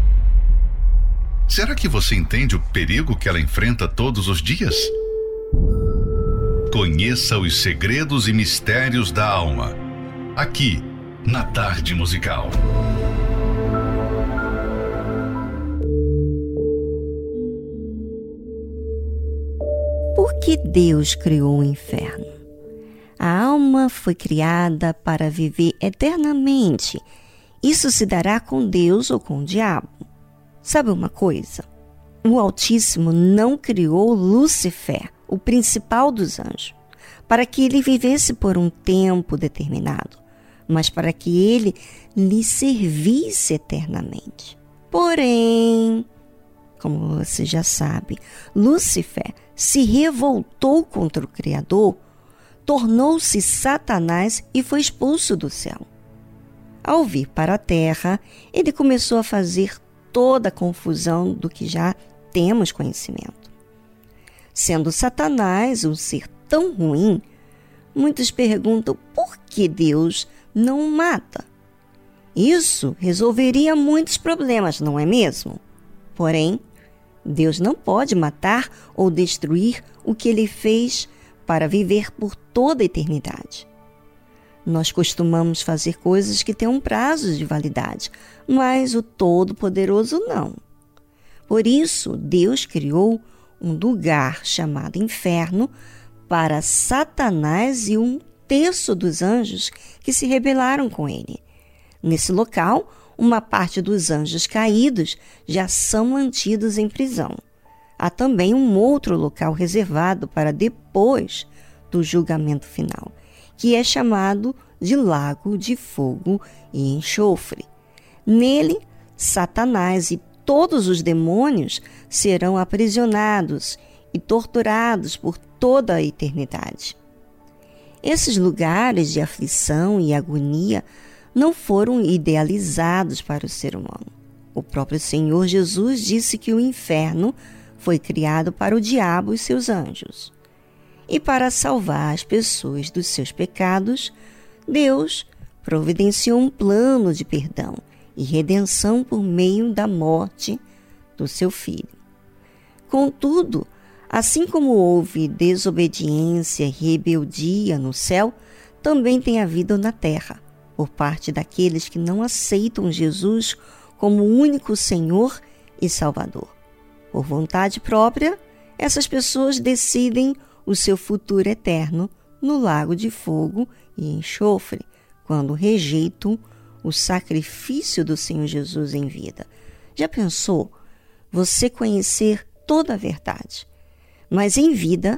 Será que você entende o perigo que ela enfrenta todos os dias? Conheça os segredos e mistérios da alma, aqui na Tarde Musical. Por que Deus criou o inferno? A alma foi criada para viver eternamente. Isso se dará com Deus ou com o diabo. Sabe uma coisa? O Altíssimo não criou Lúcifer, o principal dos anjos, para que ele vivesse por um tempo determinado, mas para que ele lhe servisse eternamente. Porém, como você já sabe, Lúcifer se revoltou contra o Criador, tornou-se Satanás e foi expulso do céu. Ao vir para a terra, ele começou a fazer toda a confusão do que já temos conhecimento. Sendo Satanás um ser tão ruim, muitos perguntam por que Deus não o mata. Isso resolveria muitos problemas, não é mesmo? Porém, Deus não pode matar ou destruir o que ele fez para viver por toda a eternidade. Nós costumamos fazer coisas que têm um prazo de validade, mas o Todo-Poderoso não. Por isso, Deus criou um lugar chamado inferno para Satanás e um terço dos anjos que se rebelaram com ele. Nesse local, uma parte dos anjos caídos já são mantidos em prisão. Há também um outro local reservado para depois do julgamento final, que é chamado de Lago de Fogo e Enxofre. Nele, Satanás e todos os demônios serão aprisionados e torturados por toda a eternidade. Esses lugares de aflição e agonia não foram idealizados para o ser humano. O próprio Senhor Jesus disse que o inferno foi criado para o diabo e seus anjos. E para salvar as pessoas dos seus pecados, Deus providenciou um plano de perdão e redenção por meio da morte do seu filho. Contudo, assim como houve desobediência e rebeldia no céu, também tem havido na terra, por parte daqueles que não aceitam Jesus como o único Senhor e Salvador. Por vontade própria, essas pessoas decidem o seu futuro eterno no lago de fogo e enxofre, quando rejeitam o sacrifício do Senhor Jesus em vida. Já pensou você conhecer toda a verdade, mas em vida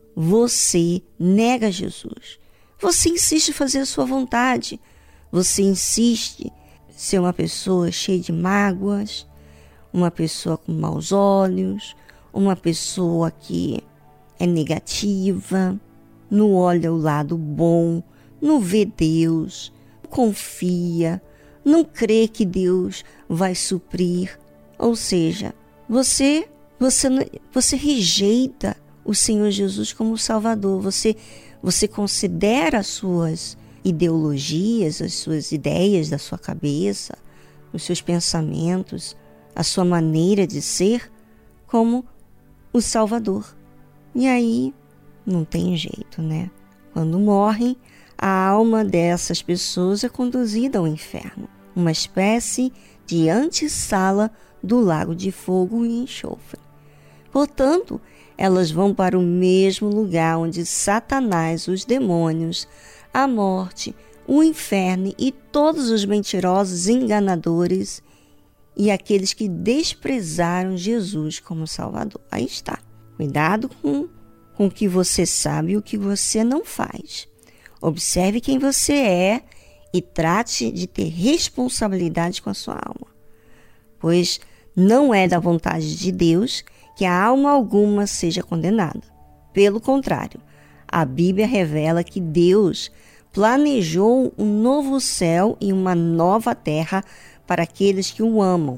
você nega Jesus? Você insiste em fazer a sua vontade, você insiste em ser uma pessoa cheia de mágoas, uma pessoa com maus olhos, uma pessoa que é negativa, não olha o lado bom, não vê Deus, confia, não crê que Deus vai suprir. Ou seja, você, você, você rejeita o Senhor Jesus como Salvador. Você, você considera as suas ideologias, as suas ideias da sua cabeça, os seus pensamentos, a sua maneira de ser como o Salvador. E aí não tem jeito, né? Quando morrem, a alma dessas pessoas é conduzida ao inferno, uma espécie de antessala do lago de fogo e enxofre. Portanto, elas vão para o mesmo lugar onde Satanás, os demônios, a morte, o inferno e todos os mentirosos enganadores e aqueles que desprezaram Jesus como Salvador. Aí está. Cuidado com, com o que você sabe e o que você não faz. Observe quem você é e trate de ter responsabilidade com a sua alma. Pois não é da vontade de Deus que a alma alguma seja condenada. Pelo contrário, a Bíblia revela que Deus planejou um novo céu e uma nova terra para aqueles que o amam.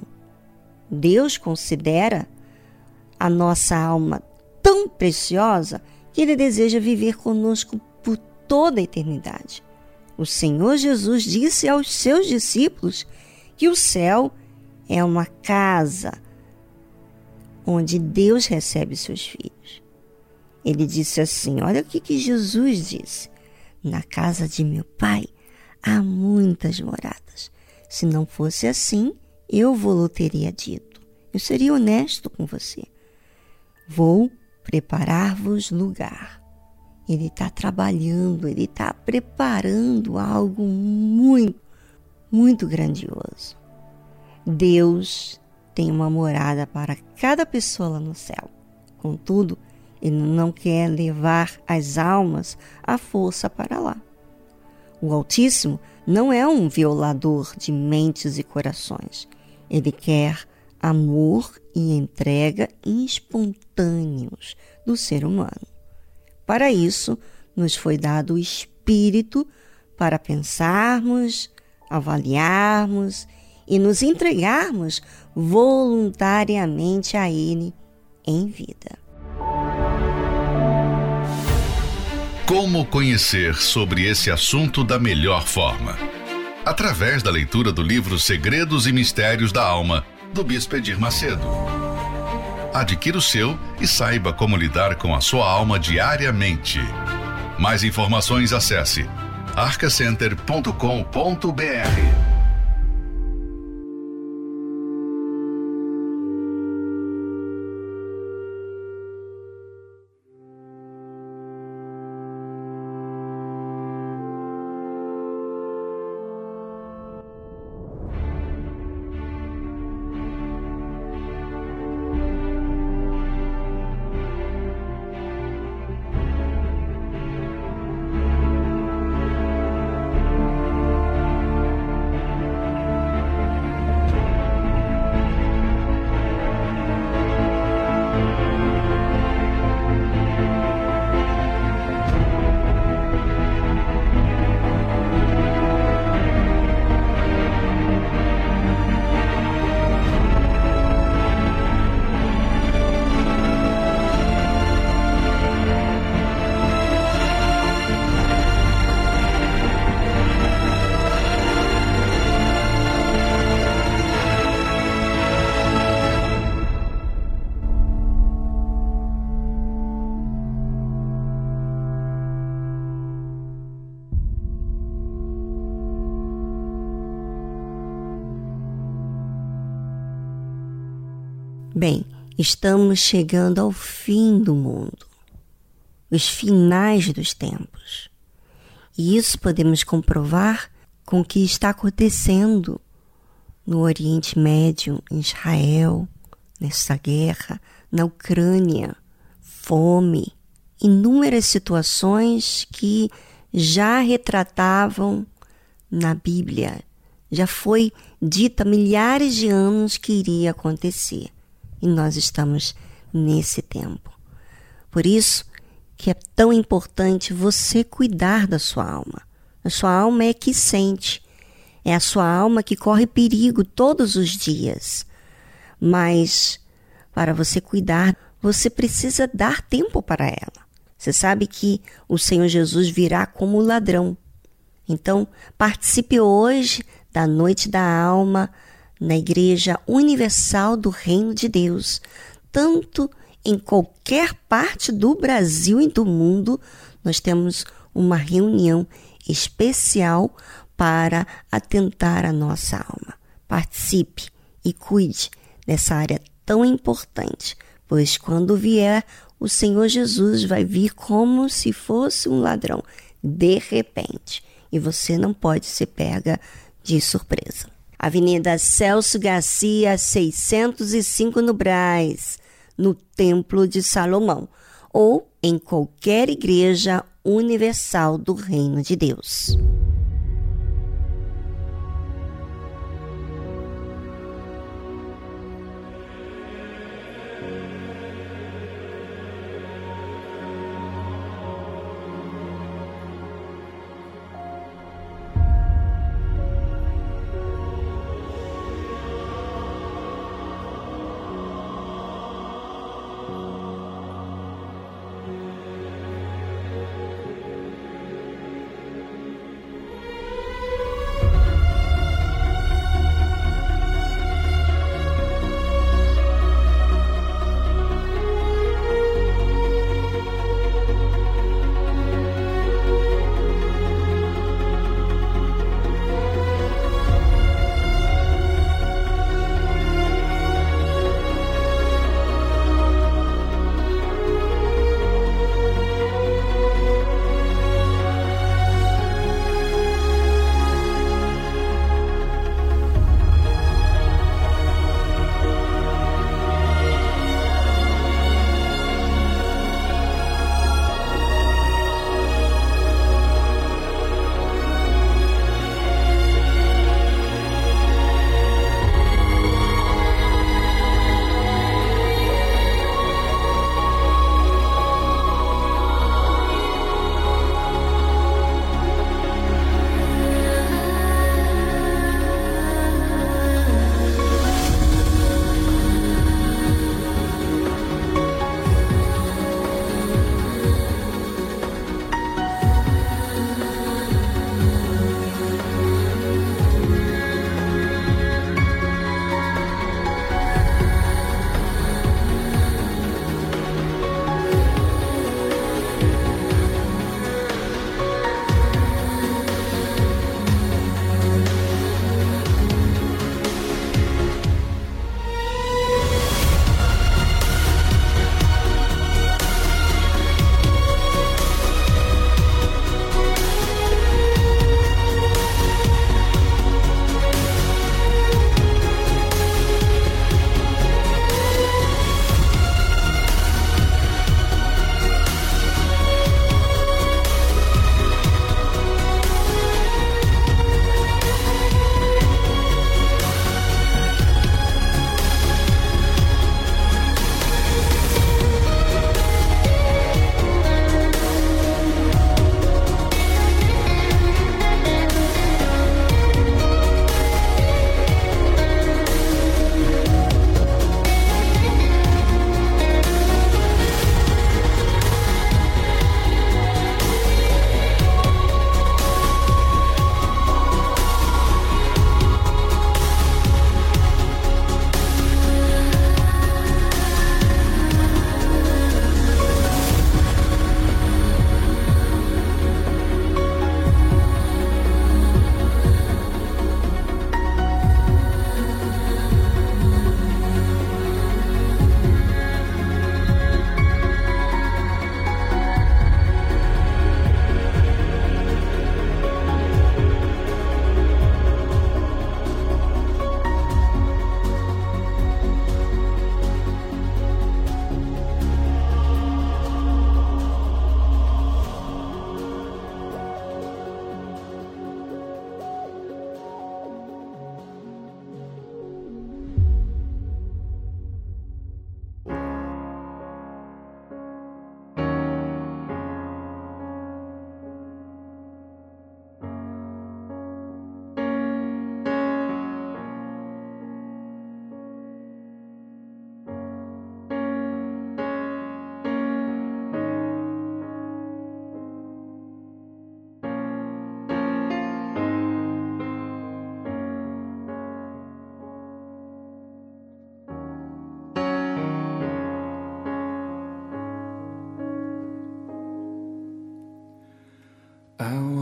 Deus considera a nossa alma tão preciosa que Ele deseja viver conosco por toda a eternidade. O Senhor Jesus disse aos seus discípulos que o céu é uma casa onde Deus recebe seus filhos. Ele disse assim, olha o que, que Jesus disse: na casa de meu Pai há muitas moradas. Se não fosse assim, eu vou teria dito. Eu seria honesto com você. Vou preparar-vos lugar. Ele está trabalhando, Ele está preparando algo muito, muito grandioso. Deus tem uma morada para cada pessoa lá no céu. Contudo, Ele não quer levar as almas à força para lá. O Altíssimo não é um violador de mentes e corações. Ele quer amor e entrega espontâneos do ser humano. Para isso, nos foi dado o Espírito para pensarmos, avaliarmos e nos entregarmos voluntariamente a Ele em vida. Como conhecer sobre esse assunto da melhor forma? Através da leitura do livro Segredos e Mistérios da Alma, do Bispo Edir Macedo. Adquira o seu e saiba como lidar com a sua alma diariamente. Mais informações, acesse arca center ponto com ponto b r. Bem, estamos chegando ao fim do mundo, os finais dos tempos. E isso podemos comprovar com o que está acontecendo no Oriente Médio, em Israel, nessa guerra, na Ucrânia, fome, inúmeras situações que já retratavam na Bíblia. Já foi dita há milhares de anos que iria acontecer. E nós estamos nesse tempo. Por isso que é tão importante você cuidar da sua alma. A sua alma é que sente. É a sua alma que corre perigo todos os dias. Mas para você cuidar, você precisa dar tempo para ela. Você sabe que o Senhor Jesus virá como ladrão. Então, participe hoje da Noite da Alma na Igreja Universal do Reino de Deus. Tanto em qualquer parte do Brasil e do mundo, nós temos uma reunião especial para atentar a nossa alma. Participe e cuide dessa área tão importante, pois quando vier, o Senhor Jesus vai vir como se fosse um ladrão, de repente, e você não pode ser pega de surpresa. Avenida Celso Garcia, seiscentos e cinco no Brás, no Templo de Salomão, ou em qualquer igreja universal do Reino de Deus.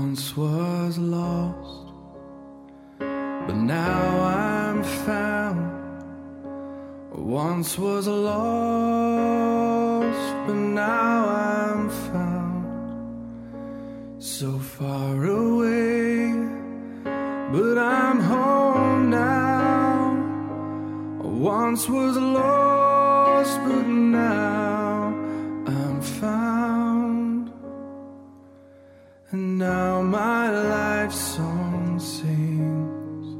once was lost, but now I'm found. Once was lost, but now I'm found. So far away, but I'm home now. Once was lost, but now I'm found. And now my life song sings.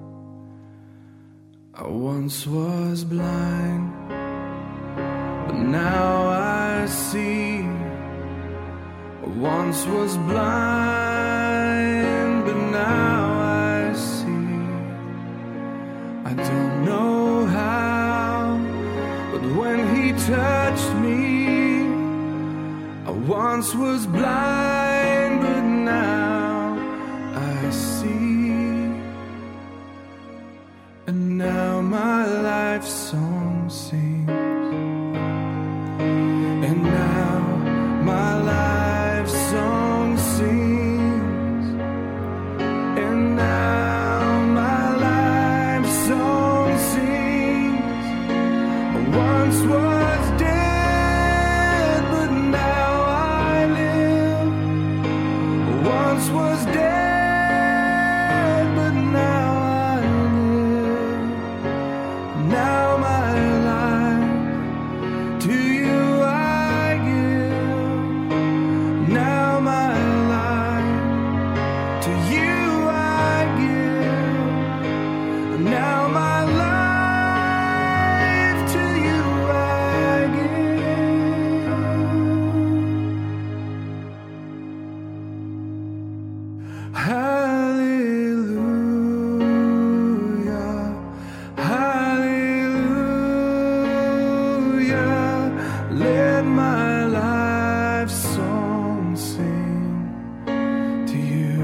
I once was blind, but now I see. I once was blind, but now I see. I don't know how, but when he touched me, I once was blind, but now I see. And now my life song sings. And now my life song sings. And now my life song sings. I once was dead, but now I live. I once was dead, but now I live. Now my life to you I give. Now my life to you I give. Now my life to you I give. Hallelujah, hallelujah. Let my life song sing to you.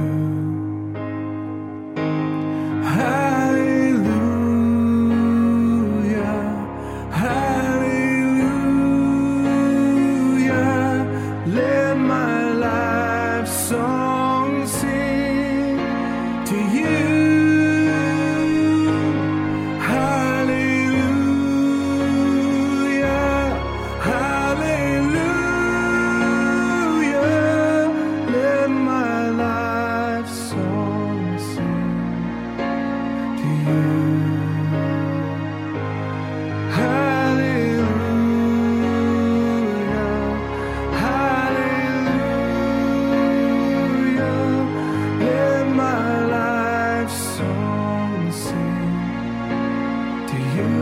Hallelujah, hallelujah. Let my life song sing to you. Hallelujah, hallelujah. Let my life song sing to you. Hallelujah, hallelujah. Let my life song sing to you.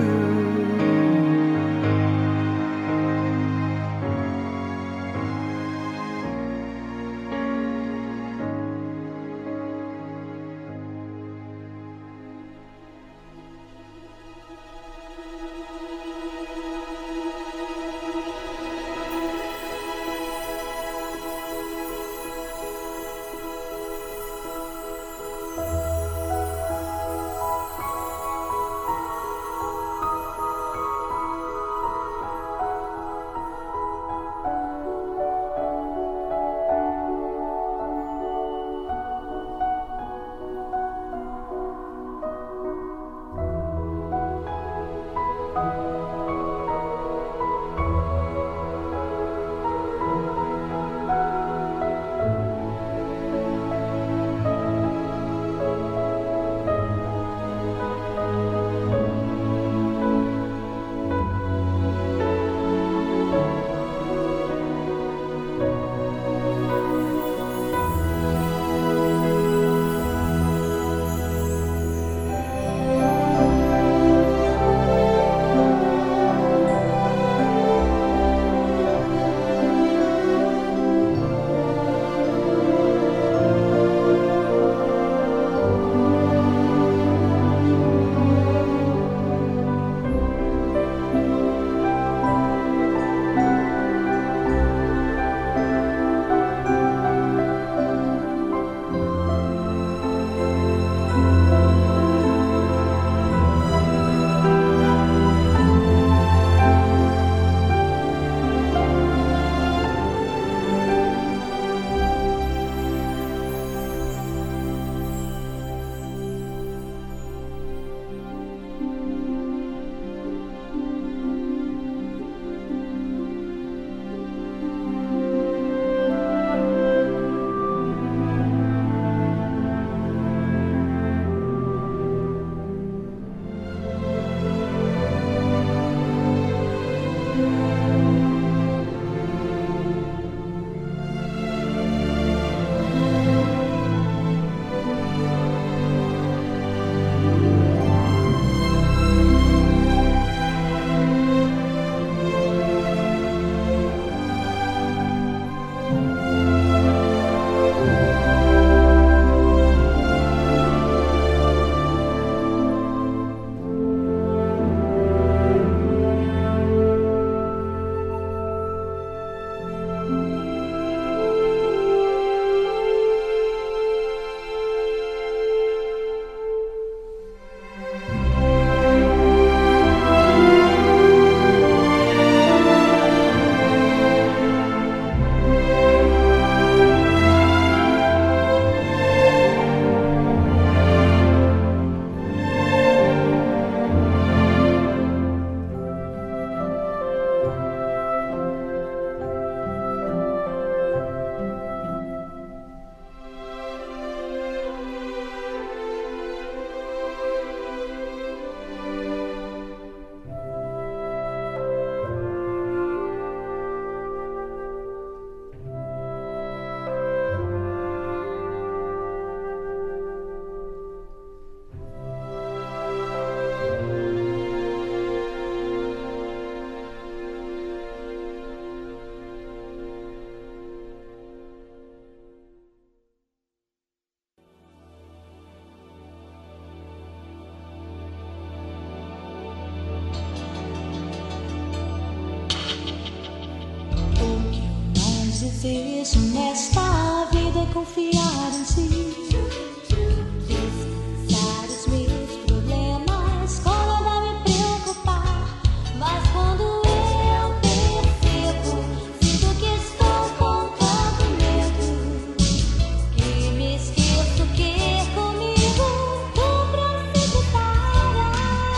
desejo nesta vida é confiar em ti. Descansar os meus problemas, com nada me preocupar. Mas quando eu percebo, sinto que estou com tanto medo, que me esqueço que comigo tu precipitarás.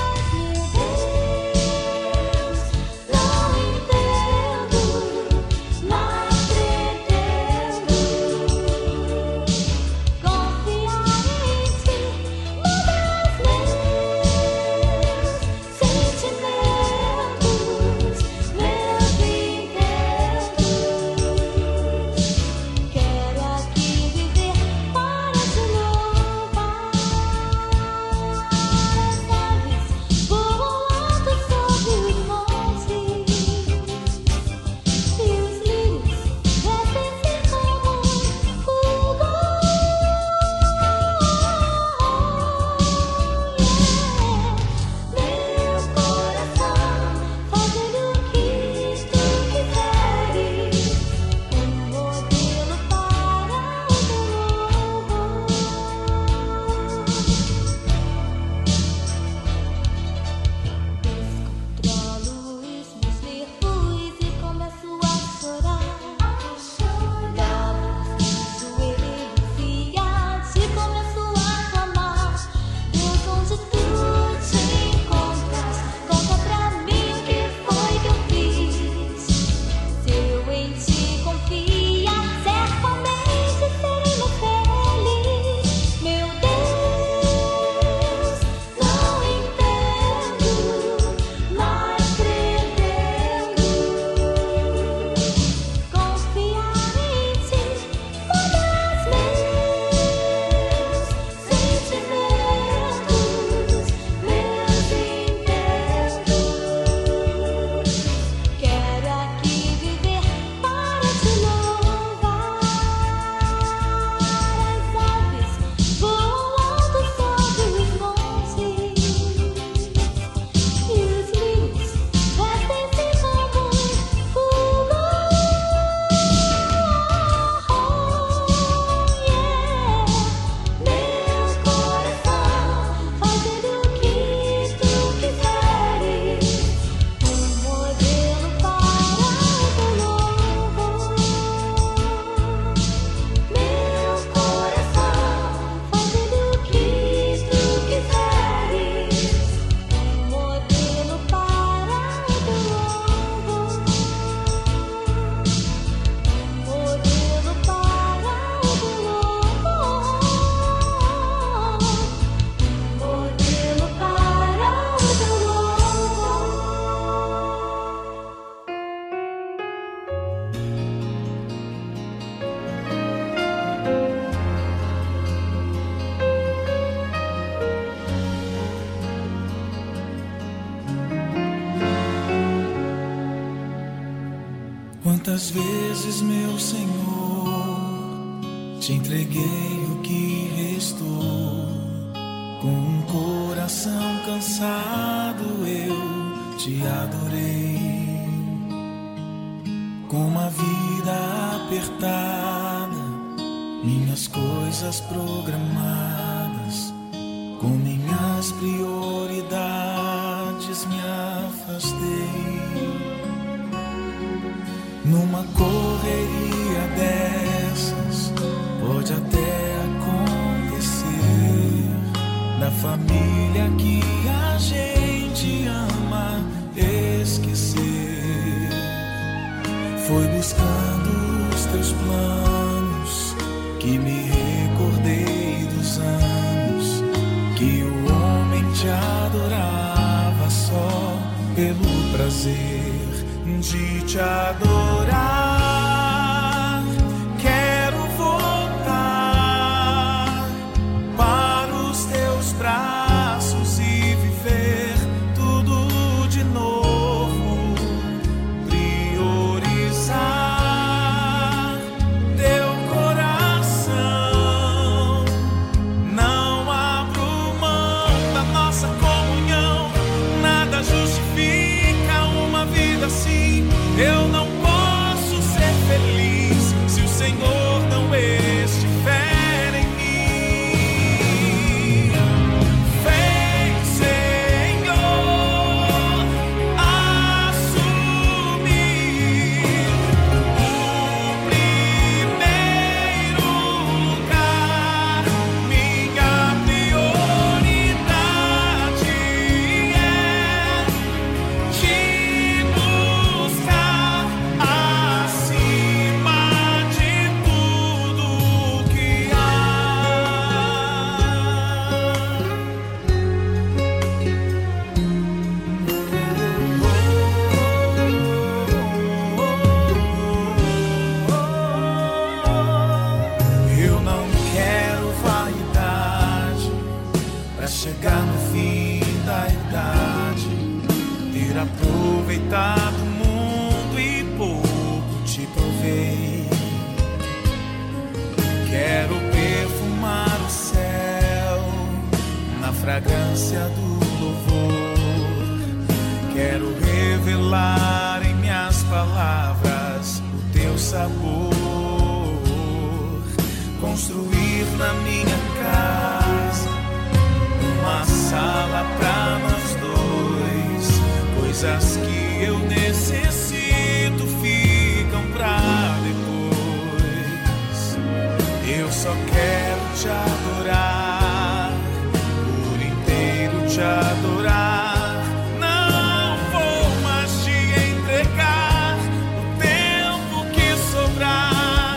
Meu Deus, não entendo, mas pretendo confiar em ti, mudar os meus sentimentos, meus intentos. Quero aqui viver para te louvar. As aves voam alto sobre os montes, e os lírios vestem-se como fulgor. Meu coração fazendo o que tu quiseres, um modelo para o teu louvor. Descontrolo os meus nervos e começo a chorar. Dobro os joelhos e assim começo a clamar. Deus, onde tu te encontras, conta pra mim o que foi que eu fiz. Se eu em ti confiar, certamente serei feliz. Meu Deus, não entendo, mas pretendo confiar em ti, mudar os meus sentimentos, meus intentos. Quero aqui viver para te louvar. As aves voam alto sobre os montes, e os lírios vestem-se como fulgor. Meu coração fazendo o que tu quiseres, um modelo para o teu louvor. Meu coração fazendo o que tu quiseres, um modelo para o teu louvor. Um modelo para o teu louvor. Um modelo para o teu louvor. Quantas vezes, meu Senhor, te entreguei o que restou. Com um coração cansado eu te adorei. Com uma vida apertada, minhas coisas programadas, com minhas prioridades me afastei. Numa correria dessas, pode até acontecer da família que a gente ama esquecer. Foi buscando os teus planos que me recordei dos anos que o homem te adorava só pelo prazer de te adorar. Quero voltar para os teus braços e viver tudo de novo. Priorizar teu coração. Não abro mão da nossa comunhão. Nada justifica uma vida assim. Eu não posso ser feliz ter aproveitado o mundo e pouco te provei. Quero perfumar o céu na fragrância do louvor. Quero revelar em minhas palavras o teu sabor. Construir na minha casa uma sala pra nós dois. Coisas que eu necessito ficam pra depois. Eu só quero te adorar, por inteiro te adorar. Não vou mais te entregar o tempo que sobrar.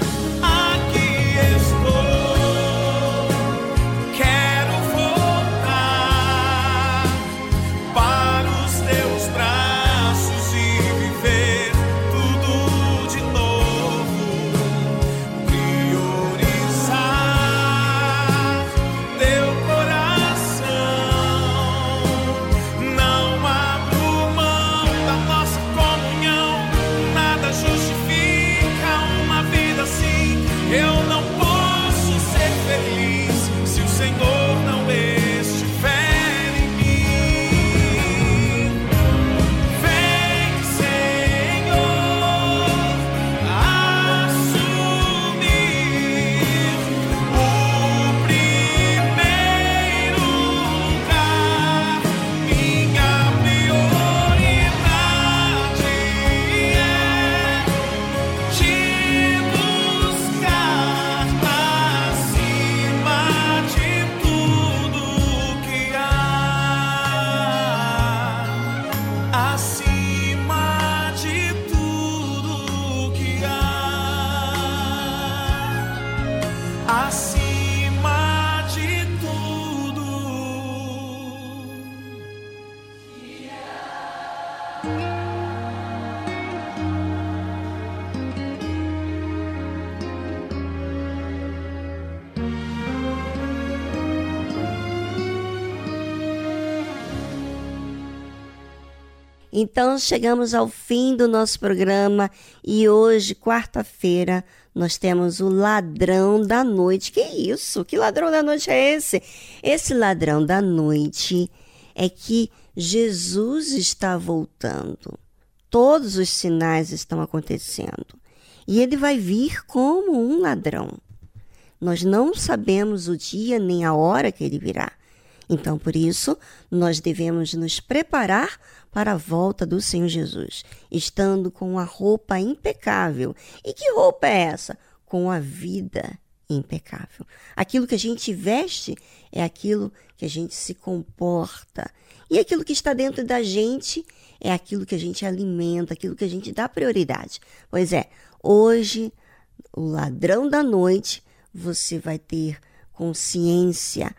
Então chegamos ao fim do nosso programa e hoje, quarta-feira, nós temos o ladrão da noite. Que isso? Que ladrão da noite é esse? Esse ladrão da noite é que Jesus está voltando. Todos os sinais estão acontecendo. E ele vai vir como um ladrão. Nós não sabemos o dia nem a hora que ele virá. Então, por isso, nós devemos nos preparar para a volta do Senhor Jesus, estando com a roupa impecável. E que roupa é essa? Com a vida impecável. Aquilo que a gente veste é aquilo que a gente se comporta. E aquilo que está dentro da gente é aquilo que a gente alimenta, aquilo que a gente dá prioridade. Pois é, hoje, o ladrão da noite, você vai ter consciência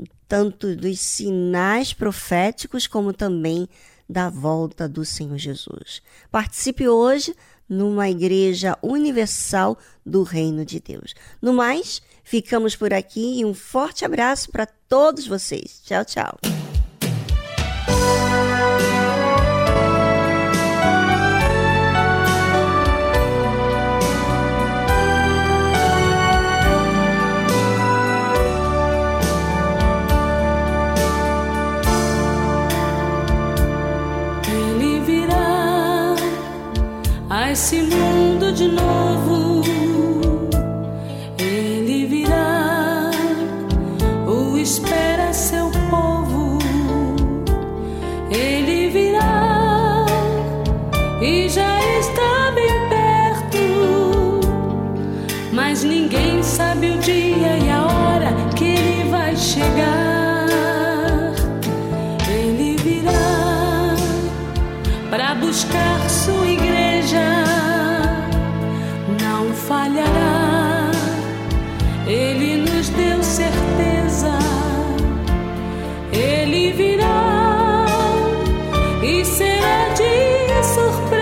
tanto dos sinais proféticos como também da volta do Senhor Jesus. Participe hoje numa igreja universal do Reino de Deus. No mais, ficamos por aqui e um forte abraço para todos vocês. Tchau, tchau. Esse mundo de novo, ele virá, o espera seu povo, ele virá e já está bem perto, mas ninguém sabe o dia e a hora que ele vai chegar. Ele virá para buscar sua igreja, não falhará, ele nos deu certeza, ele virá e será de surpresa.